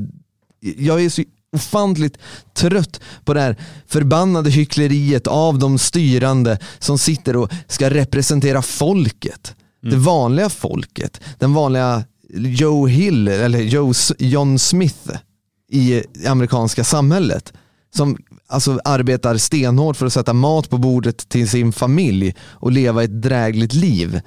C: jag är så ofantligt trött på det här förbannade hyckleriet av de styrande som sitter och ska representera folket. Mm. Det vanliga folket. Den vanliga Joe Hill eller Joe, John Smith i amerikanska samhället som alltså arbetar stenhårt för att sätta mat på bordet till sin familj och leva ett drägligt liv.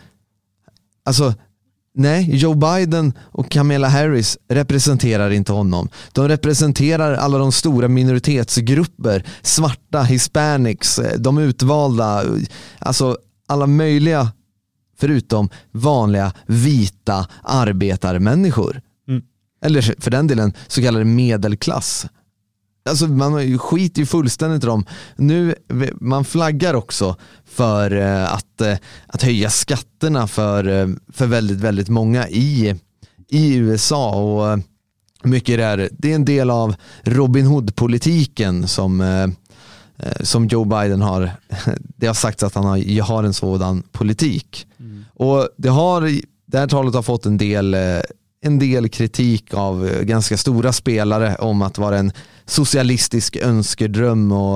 C: Alltså nej, Joe Biden och Kamala Harris representerar inte honom. De representerar alla de stora minoritetsgrupper, svarta, hispanics, de utvalda, alltså alla möjliga förutom vanliga vita arbetarmänniskor. Mm. Eller för den delen så kallade medelklass. Alltså man skiter ju fullständigt om. Nu man flaggar också för att, att höja skatterna för, för väldigt, väldigt många i, i U S A och mycket där. Det är en del av Robin Hood-politiken som, som Joe Biden har. Det har sagts att han har, har en sådan politik. Mm. Och det, har, det här talet har fått en del en del kritik av ganska stora spelare om att vara en socialistisk önskedröm och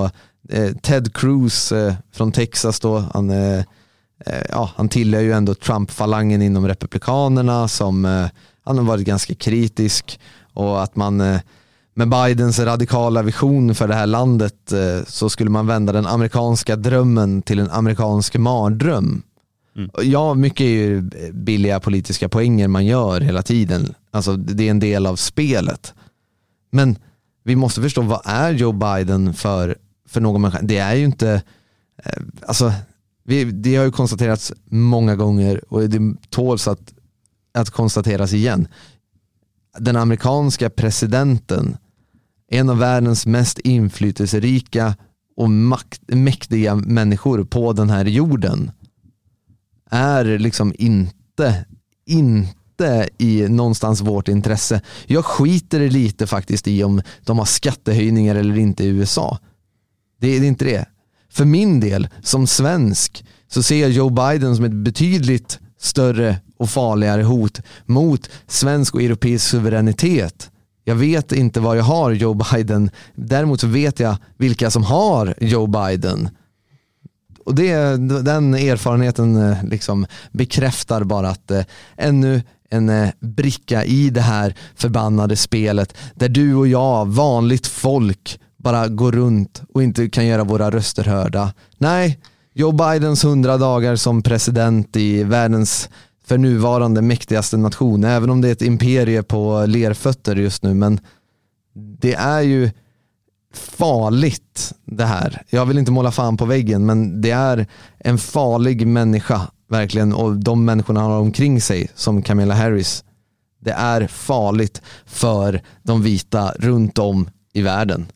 C: eh, Ted Cruz eh, från Texas då, han, eh, ja, han tillhör ju ändå Trump-falangen inom republikanerna som eh, han har varit ganska kritisk, och att man eh, med Bidens radikala vision för det här landet eh, så skulle man vända den amerikanska drömmen till en amerikansk mardröm. Mm. Ja, mycket är ju billiga politiska poänger man gör hela tiden. Alltså det är en del av spelet. Men vi måste förstå, vad är Joe Biden för, för någon människa? Det är ju inte, eh, alltså vi, det har ju konstaterats många gånger och det tåls att, att konstateras igen. Den amerikanska presidenten, en av världens mest inflytelserika och makt, mäktiga människor på den här jorden, är liksom inte inte i någonstans vårt intresse. Jag skiter lite faktiskt i om de har skattehöjningar eller inte i U S A. Det är inte det. För min del, som svensk, så ser jag Joe Biden som ett betydligt större och farligare hot mot svensk och europeisk suveränitet. Jag vet inte var jag har Joe Biden. Däremot så vet jag vilka som har Joe Biden. Och det, den erfarenheten liksom bekräftar bara att eh, ännu en eh, bricka i det här förbannade spelet där du och jag, vanligt folk, bara går runt och inte kan göra våra röster hörda. Nej, Joe Bidens hundra dagar som president i världens för nuvarande mäktigaste nation, även om det är ett imperie på lerfötter just nu, men det är ju farligt det här. Jag vill inte måla fan på väggen, men det är en farlig människa verkligen, och de människorna har omkring sig som Kamala Harris. Det är farligt för de vita runt om i världen.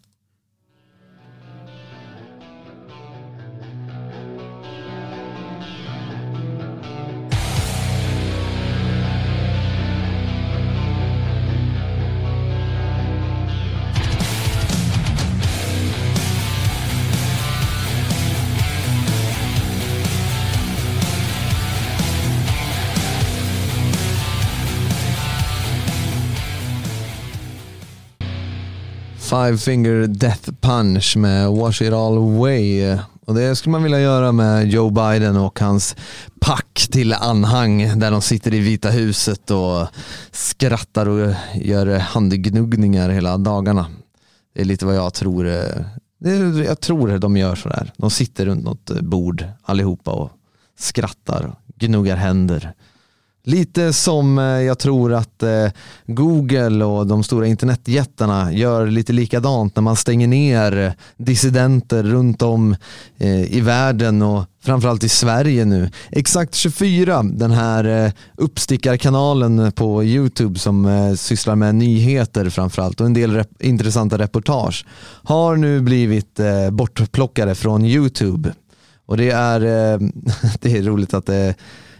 C: Five Finger Death Punch med Wash It All Away. Och det skulle man vilja göra med Joe Biden och hans pack till anhang där de sitter i Vita huset och skrattar och gör handgnuggningar hela dagarna. Det är lite vad jag tror. Det är, jag tror de gör så där. De sitter runt något bord allihopa och skrattar och gnuggar händer. Lite som jag tror att Google och de stora internetjättarna gör lite likadant när man stänger ner dissidenter runt om i världen och framförallt i Sverige nu. Exakt tjugofyra, den här uppstickarkanalen på YouTube som sysslar med nyheter framförallt och en del rep- intressanta reportage, har nu blivit bortplockade från YouTube. Och det är, det är roligt att det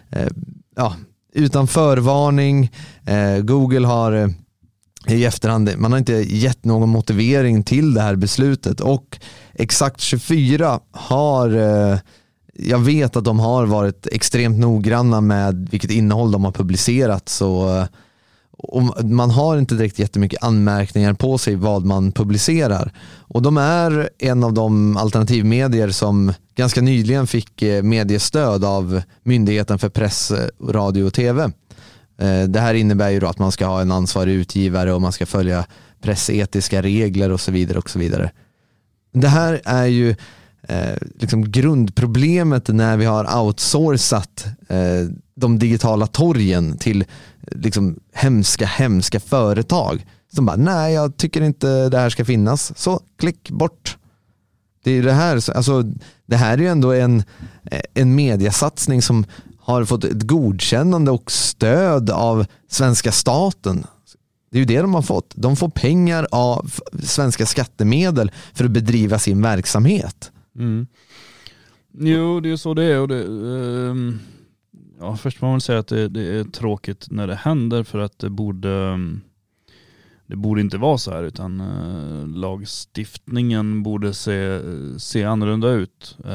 C: ja, utan förvarning. Eh, Google har eh, i efterhand, man har inte gett någon motivering till det här beslutet, och exakt tjugofyra har eh, jag vet att de har varit extremt noggranna med vilket innehåll de har publicerat, så eh, och man har inte direkt jättemycket anmärkningar på sig vad man publicerar, och de är en av de alternativmedier som ganska nyligen fick mediestöd av Myndigheten för press, radio och tv. Det här innebär ju då att man ska ha en ansvarig utgivare och man ska följa pressetiska regler och så vidare och så vidare. Det här är ju eh, liksom grundproblemet när vi har outsourcat eh, de digitala torgen till liksom hemska, hemska företag som bara, nej, jag tycker inte det här ska finnas, så klick bort. Det är det här, alltså det här är ju ändå en, en mediasatsning som har fått ett godkännande och stöd av svenska staten. Det är ju det de har fått. De får pengar av svenska skattemedel för att bedriva sin verksamhet.
B: Mm. Jo, det är så det är. Och det, um, ja, först får man väl säga att det, det är tråkigt när det händer, för att det borde, det borde inte vara så här, utan uh, lagstiftningen borde se, se annorlunda ut. Uh,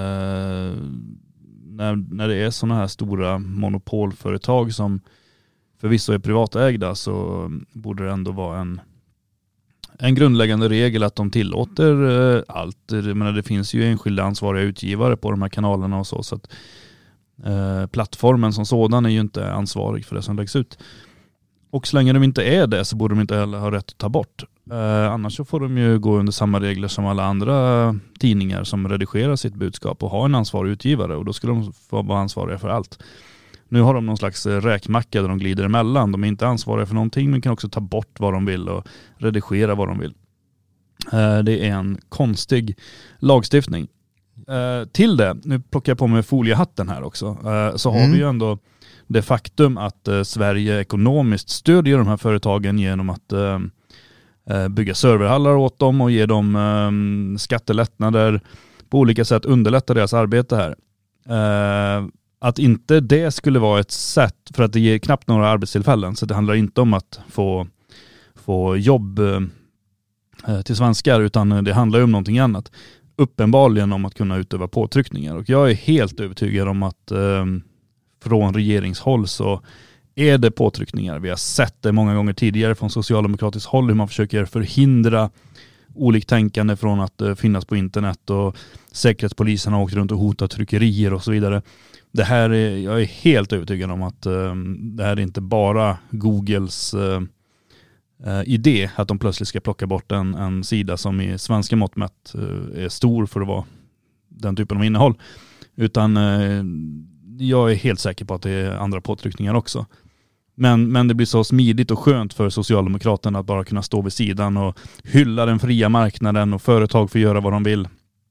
B: när, när det är sådana här stora monopolföretag som förvisso är privatägda, så borde det ändå vara en en grundläggande regel att de tillåter eh, allt. Jag menar, det finns ju enskilda ansvariga utgivare på de här kanalerna och så. Så att eh, plattformen som sådan är ju inte ansvarig för det som läggs ut. Och så länge de inte är det så borde de inte heller ha rätt att ta bort. Eh, annars så får de ju gå under samma regler som alla andra tidningar som redigerar sitt budskap och ha en ansvarig utgivare. Och då skulle de få vara ansvariga för allt. Nu har de någon slags räkmacka där de glider emellan. De är inte ansvariga för någonting men kan också ta bort vad de vill och redigera vad de vill. Eh, det är en konstig lagstiftning. Eh, till det, nu plockar jag på mig foliehatten här också. Eh, så har mm. vi ju ändå det faktum att eh, Sverige ekonomiskt stödjer de här företagen genom att eh, bygga serverhallar åt dem och ge dem eh, skattelättnader, på olika sätt underlätta deras arbete här. Eh, att inte det skulle vara ett sätt, för att det ger knappt några arbetstillfällen, så det handlar inte om att få, få jobb eh, till svenskar, utan det handlar ju om någonting annat. Uppenbarligen om att kunna utöva påtryckningar. Och jag är helt övertygad om att eh, från regeringshåll så är det påtryckningar. Vi har sett det många gånger tidigare från socialdemokratiskt håll hur man försöker förhindra oliktänkande från att uh, finnas på internet, och säkerhetspolisen har åkt runt och hotat tryckerier och så vidare. Det här är, jag är helt övertygad om att uh, det här är inte bara Googles uh, uh, idé att de plötsligt ska plocka bort en, en sida som i svenska mått mätt uh, är stor för att vara den typen av innehåll. Utan uh, jag är helt säker på att det är andra påtryckningar också. Men, men det blir så smidigt och skönt för Socialdemokraterna att bara kunna stå vid sidan och hylla den fria marknaden och företag får göra vad de vill.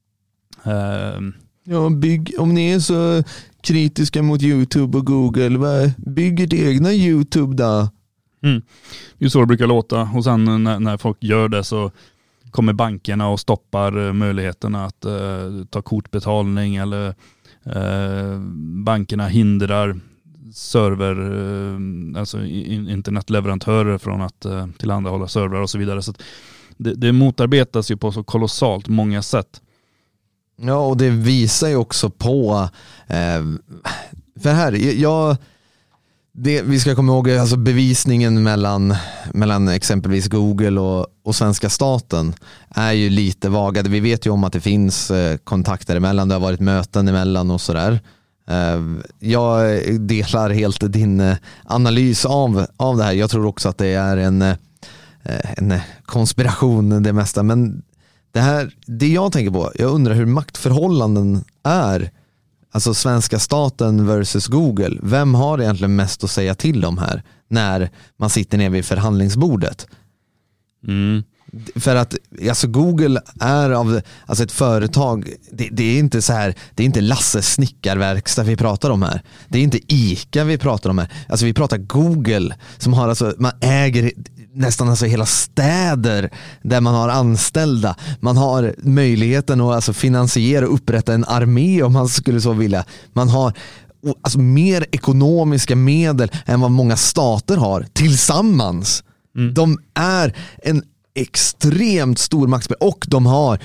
B: Uh,
C: ja, bygg, om ni är så kritiska mot YouTube och Google, vad, bygg ert egna YouTube då.
B: Mm. Det är så det brukar låta. Och sen när, när folk gör det så kommer bankerna och stoppar möjligheterna att uh, ta kortbetalning, eller uh, bankerna hindrar server, alltså internetleverantörer från att tillhandahålla servrar och så vidare. Så att det, det motarbetas ju på så kolossalt många sätt.
C: Ja, och det visar ju också på eh, för här, jag det, vi ska komma ihåg alltså bevisningen mellan, mellan exempelvis Google och, och svenska staten är ju lite vagade. Vi vet ju om att det finns eh, kontakter emellan, det har varit möten emellan och sådär. Jag delar helt din analys av, av det här. Jag tror också att det är en, en konspiration det mesta. Men det här, det jag tänker på, jag undrar hur maktförhållanden är. Alltså svenska staten versus Google. Vem har egentligen mest att säga till om här när man sitter ner vid förhandlingsbordet?
B: Mm.
C: För att alltså Google är av alltså ett företag, det, det är inte så här, det är inte Lasse snickarverkstad vi pratar om här. Det är inte ICA vi pratar om här. Alltså vi pratar Google som har alltså, man äger nästan alltså hela städer där man har anställda. Man har möjligheten att alltså finansiera och upprätta en armé om man skulle så vilja. Man har alltså mer ekonomiska medel än vad många stater har tillsammans. Mm. De är en extremt stor maktspel och de har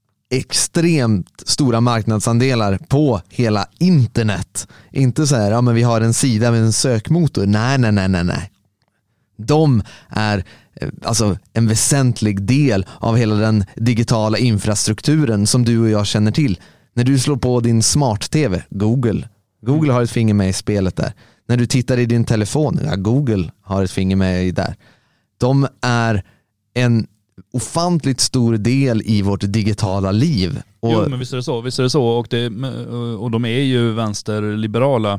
C: extremt stora marknadsandelar på hela internet. Inte så här, ja men vi har en sida med en sökmotor. Nej, nej, nej, nej, nej. De är alltså en väsentlig del av hela den digitala infrastrukturen som du och jag känner till. När du slår på din smart-tv, Google. Google har ett finger med i spelet där. När du tittar i din telefon, ja, Google har ett finger med i där. De är en ofantligt stor del i vårt digitala liv. Och
B: jo, men visst är det så. Visst är det så. Och, det, och de är ju vänsterliberala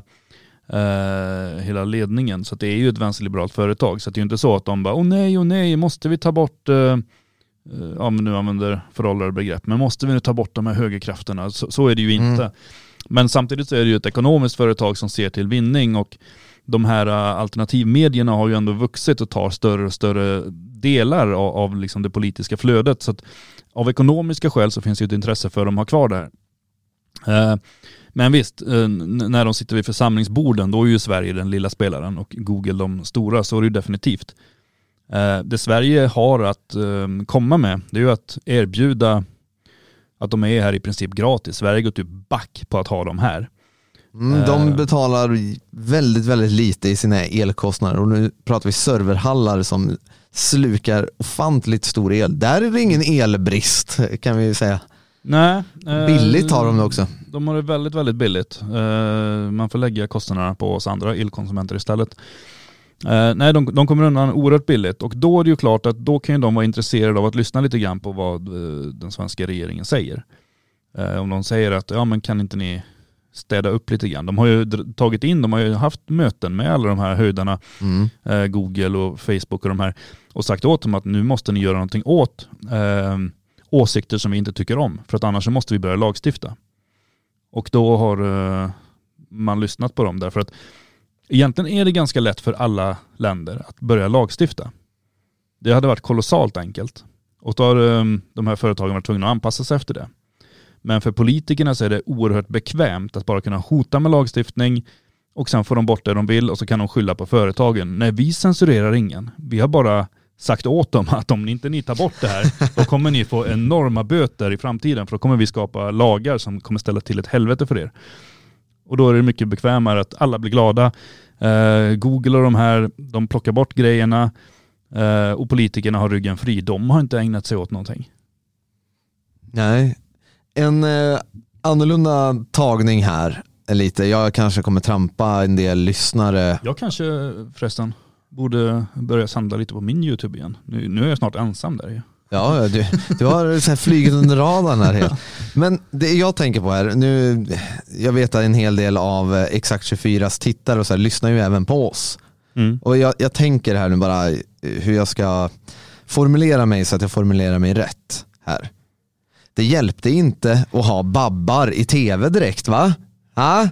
B: eh, hela ledningen. Så det är ju ett vänsterliberalt företag. Så det är ju inte så att de bara, åh nej, åh nej, måste vi ta bort, eh, ja men nu använder föråldrade begrepp, men måste vi nu ta bort de här högerkrafterna? Så, så är det ju inte. Mm. Men samtidigt så är det ju ett ekonomiskt företag som ser till vinning, och de här alternativmedierna har ju ändå vuxit och tar större och större delar av, av liksom det politiska flödet. Så att av ekonomiska skäl så finns det ju ett intresse för dem att ha kvar det här. Eh, men visst, eh, när de sitter vid församlingsborden, då är ju Sverige den lilla spelaren och Google de stora, så är det ju definitivt. Eh, det Sverige har att eh, komma med, det är ju att erbjuda att de är här i princip gratis. Sverige går typ back på att ha dem här.
C: Mm, de betalar väldigt, väldigt lite i sina elkostnader. Och nu pratar vi serverhallar som slukar ofantligt stor el. Där är det ingen elbrist, kan vi säga.
B: Nej. Eh,
C: Billigt har de det också.
B: De har det väldigt, väldigt billigt. Eh, man får lägga kostnaderna på oss andra elkonsumenter istället. Eh, nej, de, de kommer undan oerhört billigt. Och då är det ju klart att då kan ju de vara intresserade av att lyssna lite grann på vad eh, den svenska regeringen säger. Eh, om de säger att ja, men kan inte ni städa upp lite grann. De har ju tagit in, de har ju haft möten med alla de här höjdarna, mm. eh, Google och Facebook och de här, och sagt åt dem att nu måste ni göra någonting åt eh, åsikter som vi inte tycker om, för att annars måste vi börja lagstifta. Och då har eh, man lyssnat på dem, därför att egentligen är det ganska lätt för alla länder att börja lagstifta. Det hade varit kolossalt enkelt. Och då har eh, de här företagen varit tvungna att anpassa sig efter det. Men för politikerna så är det oerhört bekvämt att bara kunna hota med lagstiftning och sen får de bort det de vill och så kan de skylla på företagen. Nej, vi censurerar ingen. Vi har bara sagt åt dem att om ni inte ni tar bort det här, då kommer ni få enorma böter i framtiden, för då kommer vi skapa lagar som kommer ställa till ett helvete för er. Och då är det mycket bekvämare att alla blir glada. Eh, Google och de här, de plockar bort grejerna eh, och politikerna har ryggen fri. De har inte ägnat sig åt någonting.
C: Nej. En eh, annorlunda tagning här är lite, jag kanske kommer trampa en del lyssnare.
B: Jag kanske förresten borde börja sända lite på min YouTube igen. Nu, nu är jag snart ensam där.
C: Ja, du, du har så här flygit under radarn här helt. Men det jag tänker på här, nu, jag vet att en hel del av Exakt tjugofyras tittare och så här, lyssnar ju även på oss. Mm. Och jag, jag tänker här nu bara hur jag ska formulera mig så att jag formulerar mig rätt här. Det hjälpte inte att ha babbar i tv direkt, va? Ja?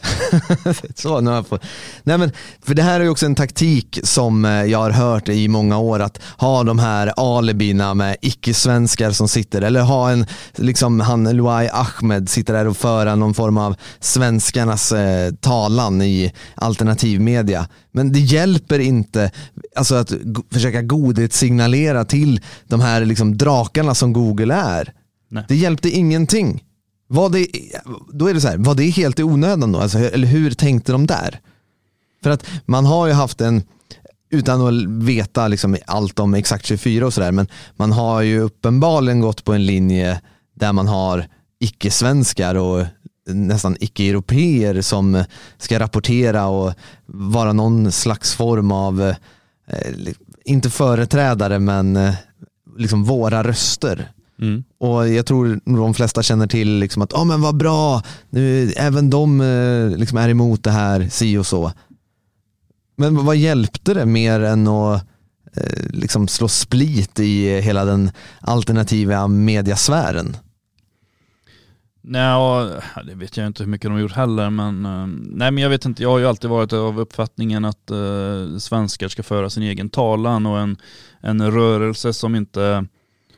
C: Så, nu har jag fått... Nej, men, för det här är ju också en taktik som jag har hört i många år, att ha de här alibina med icke-svenskar som sitter, eller ha en, liksom han Luai Ahmed sitter där och föra någon form av svenskarnas eh, talan i alternativmedia. Men det hjälper inte, alltså, att go- försöka godhet signalera till de här liksom drakarna som Google är. Nej. Det hjälpte ingenting. Var det, då är det så här, var det helt i onödan då? Alltså, eller hur tänkte de där? För att man har ju haft en, utan att veta liksom allt om Exakt tjugofyra och sådär, men man har ju uppenbarligen gått på en linje där man har icke-svenskar och nästan icke-europeer som ska rapportera och vara någon slags form av, eh, inte företrädare, men eh, liksom våra röster. Mm. Och jag tror de flesta känner till liksom att, ja, men vad bra, nu, även de liksom är emot det här, si och så. Men vad hjälpte det mer än att eh, liksom slå split i hela den alternativa mediasfären?
B: Nej, det vet jag inte hur mycket de har gjort heller, men nej, men jag vet inte, jag har ju alltid varit av uppfattningen att eh, svenskar ska föra sin egen talan, och en, en rörelse som inte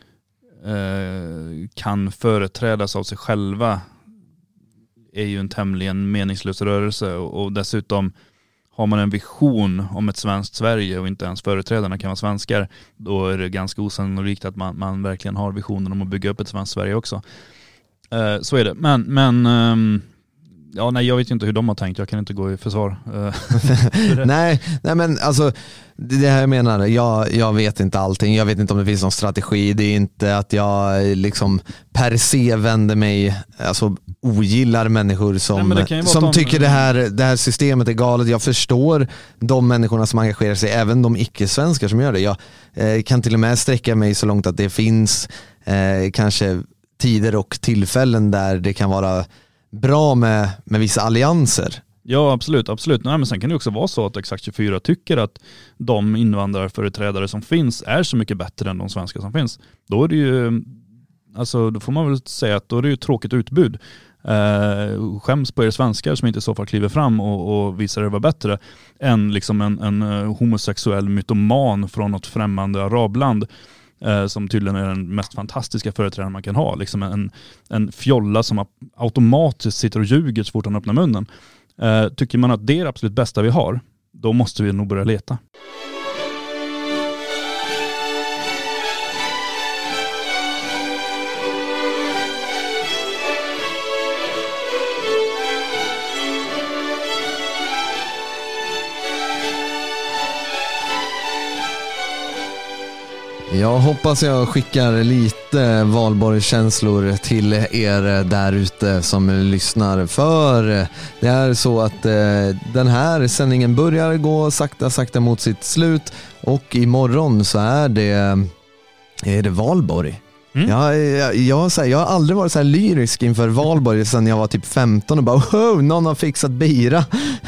B: kan företrädas av sig själva är ju en tämligen meningslös rörelse, och, och dessutom har man en vision om ett svenskt Sverige och inte ens företrädarna kan vara svenskar, då är det ganska osannolikt att man, man verkligen har visionen om att bygga upp ett svenskt Sverige också. Eh, så är det. Men, men um, ja, nej, jag vet inte hur de har tänkt. Jag kan inte gå i försvar.
C: nej, nej, men alltså det här jag menar, jag, jag vet inte allting. Jag vet inte om det finns någon strategi. Det är inte att jag liksom per se vänder mig, alltså ogillar människor som, nej, som de... tycker det här, det här systemet är galet. Jag förstår de människorna som engagerar sig, även de icke-svenskar som gör det. Jag eh, kan till och med sträcka mig så långt att det finns eh, kanske tider och tillfällen där det kan vara bra med, med vissa allianser.
B: Ja, absolut, absolut. Nej, men sen kan det också vara så att Exakt tjugofyra tycker att de invandrarföreträdare som finns är så mycket bättre än de svenska som finns. Då är det ju, alltså då får man väl säga att då är det ju ett tråkigt utbud. Eh, skäms på er svenskar som inte i så fall kliver fram och, och visar det var bättre än liksom en, en homosexuell mytoman från något främmande arabland. Som tydligen är den mest fantastiska företrädaren man kan ha. Liksom en, en fjolla som automatiskt sitter och ljuger så fort han öppnar munnen. Eh, tycker man att det är det absolut bästa vi har, då måste vi nog börja leta.
C: Jag hoppas jag skickar lite valborgskänslor till er där ute som lyssnar, för det är så att eh, den här sändningen börjar gå sakta sakta mot sitt slut, och imorgon så är det, är det valborg. Mm. Jag, jag, jag, här, jag har aldrig varit så här lyrisk inför valborg sedan jag var typ femton och bara wow, någon har fixat bira.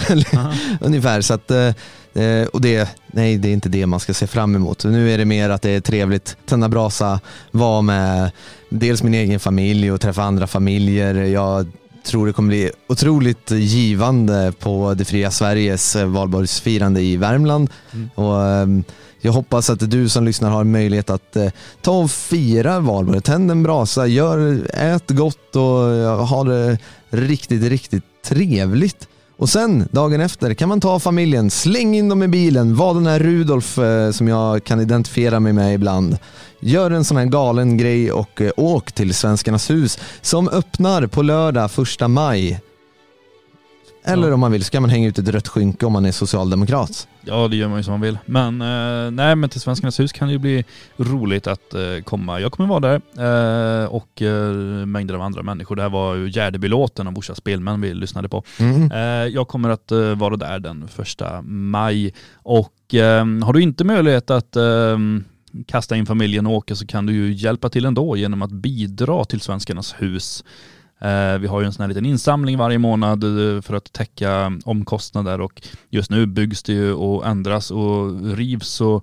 C: Ungefär, så att eh, och det, nej, det är inte det man ska se fram emot. Nu är det mer att det är trevligt, tända brasa, vara med dels min egen familj och träffa andra familjer. Jag tror det kommer bli otroligt givande på det fria Sveriges valborgsfirande i Värmland. Mm. Och eh, jag hoppas att du som lyssnar har möjlighet att eh, ta och fira valborg, tänd en brasa, gör, ät gott och ja, ha det riktigt, riktigt trevligt. Och sen, dagen efter, kan man ta familjen, släng in dem i bilen, var den här Rudolf eh, som jag kan identifiera mig med ibland. Gör en sån här galen grej och eh, åk till Svenskarnas hus som öppnar på lördag första maj. Eller ja. Om man vill ska man hänga ut ett rött skynke om man är socialdemokrat.
B: Ja, det gör man ju som man vill. Men, eh, nej, men till Svenskarnas hus kan det ju bli roligt att eh, komma. Jag kommer vara där eh, och eh, mängder av andra människor. Det här var ju Gärdebylåten av Orsa Spelmän vi lyssnade på. Mm. Eh, jag kommer att eh, vara där den första maj. Och eh, har du inte möjlighet att eh, kasta in familjen och åka, så kan du ju hjälpa till ändå genom att bidra till Svenskarnas hus. Vi har ju en sån här liten insamling varje månad för att täcka omkostnader, och just nu byggs det ju och ändras och rivs och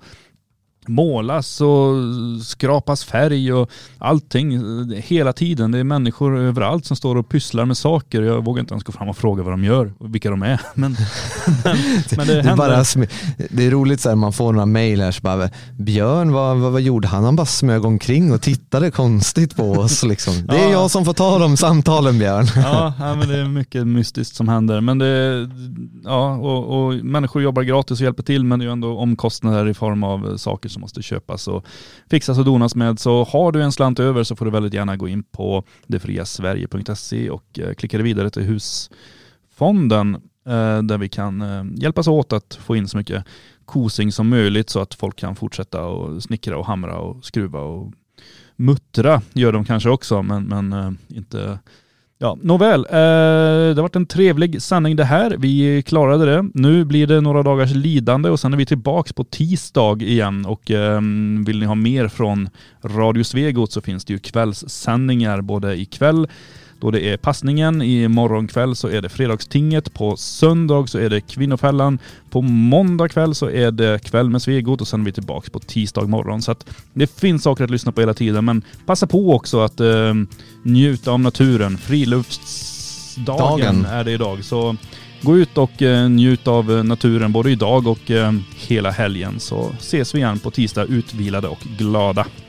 B: målas och skrapas färg och allting hela tiden. Det är människor överallt som står och pysslar med saker. Jag vågar inte ens gå fram och fråga vad de gör och vilka de är. Men, men, men det, det, är bara,
C: det är roligt så här, man får några mejl här så bara, Björn, vad, vad, vad gjorde han? Han bara smög omkring och tittade konstigt på oss. Liksom. Det är ja. jag som får ta de samtalen, Björn.
B: Ja, ja, men det är mycket mystiskt som händer. Men det, ja, och, och människor jobbar gratis och hjälper till, men det är ju ändå omkostnader i form av saker som måste köpas och fixas och donas med. Så har du en slant över så får du väldigt gärna gå in på detfriasverige punkt se och klicka vidare till husfonden där vi kan hjälpas åt att få in så mycket kosing som möjligt så att folk kan fortsätta och snickra och hamra och skruva och muttra gör de kanske också, men, men inte... Ja, nåväl. Eh, det har varit en trevlig sändning det här. Vi klarade det. Nu blir det några dagars lidande och sen är vi tillbaka på tisdag igen. Och eh, vill ni ha mer från Radio Svegot så finns det ju kvällssändningar både ikväll då det är passningen, i morgonkväll så är det fredagstinget, på söndag så är det kvinnofällan, på måndag kväll så är det kväll med Svegot och sen är vi tillbaka på tisdag morgon. Så att det finns saker att lyssna på hela tiden, men passa på också att eh, njuta av naturen. Friluftsdagen Dagen. är det idag, så gå ut och eh, njut av naturen både idag och eh, hela helgen, så ses vi igen på tisdag utvilade och glada.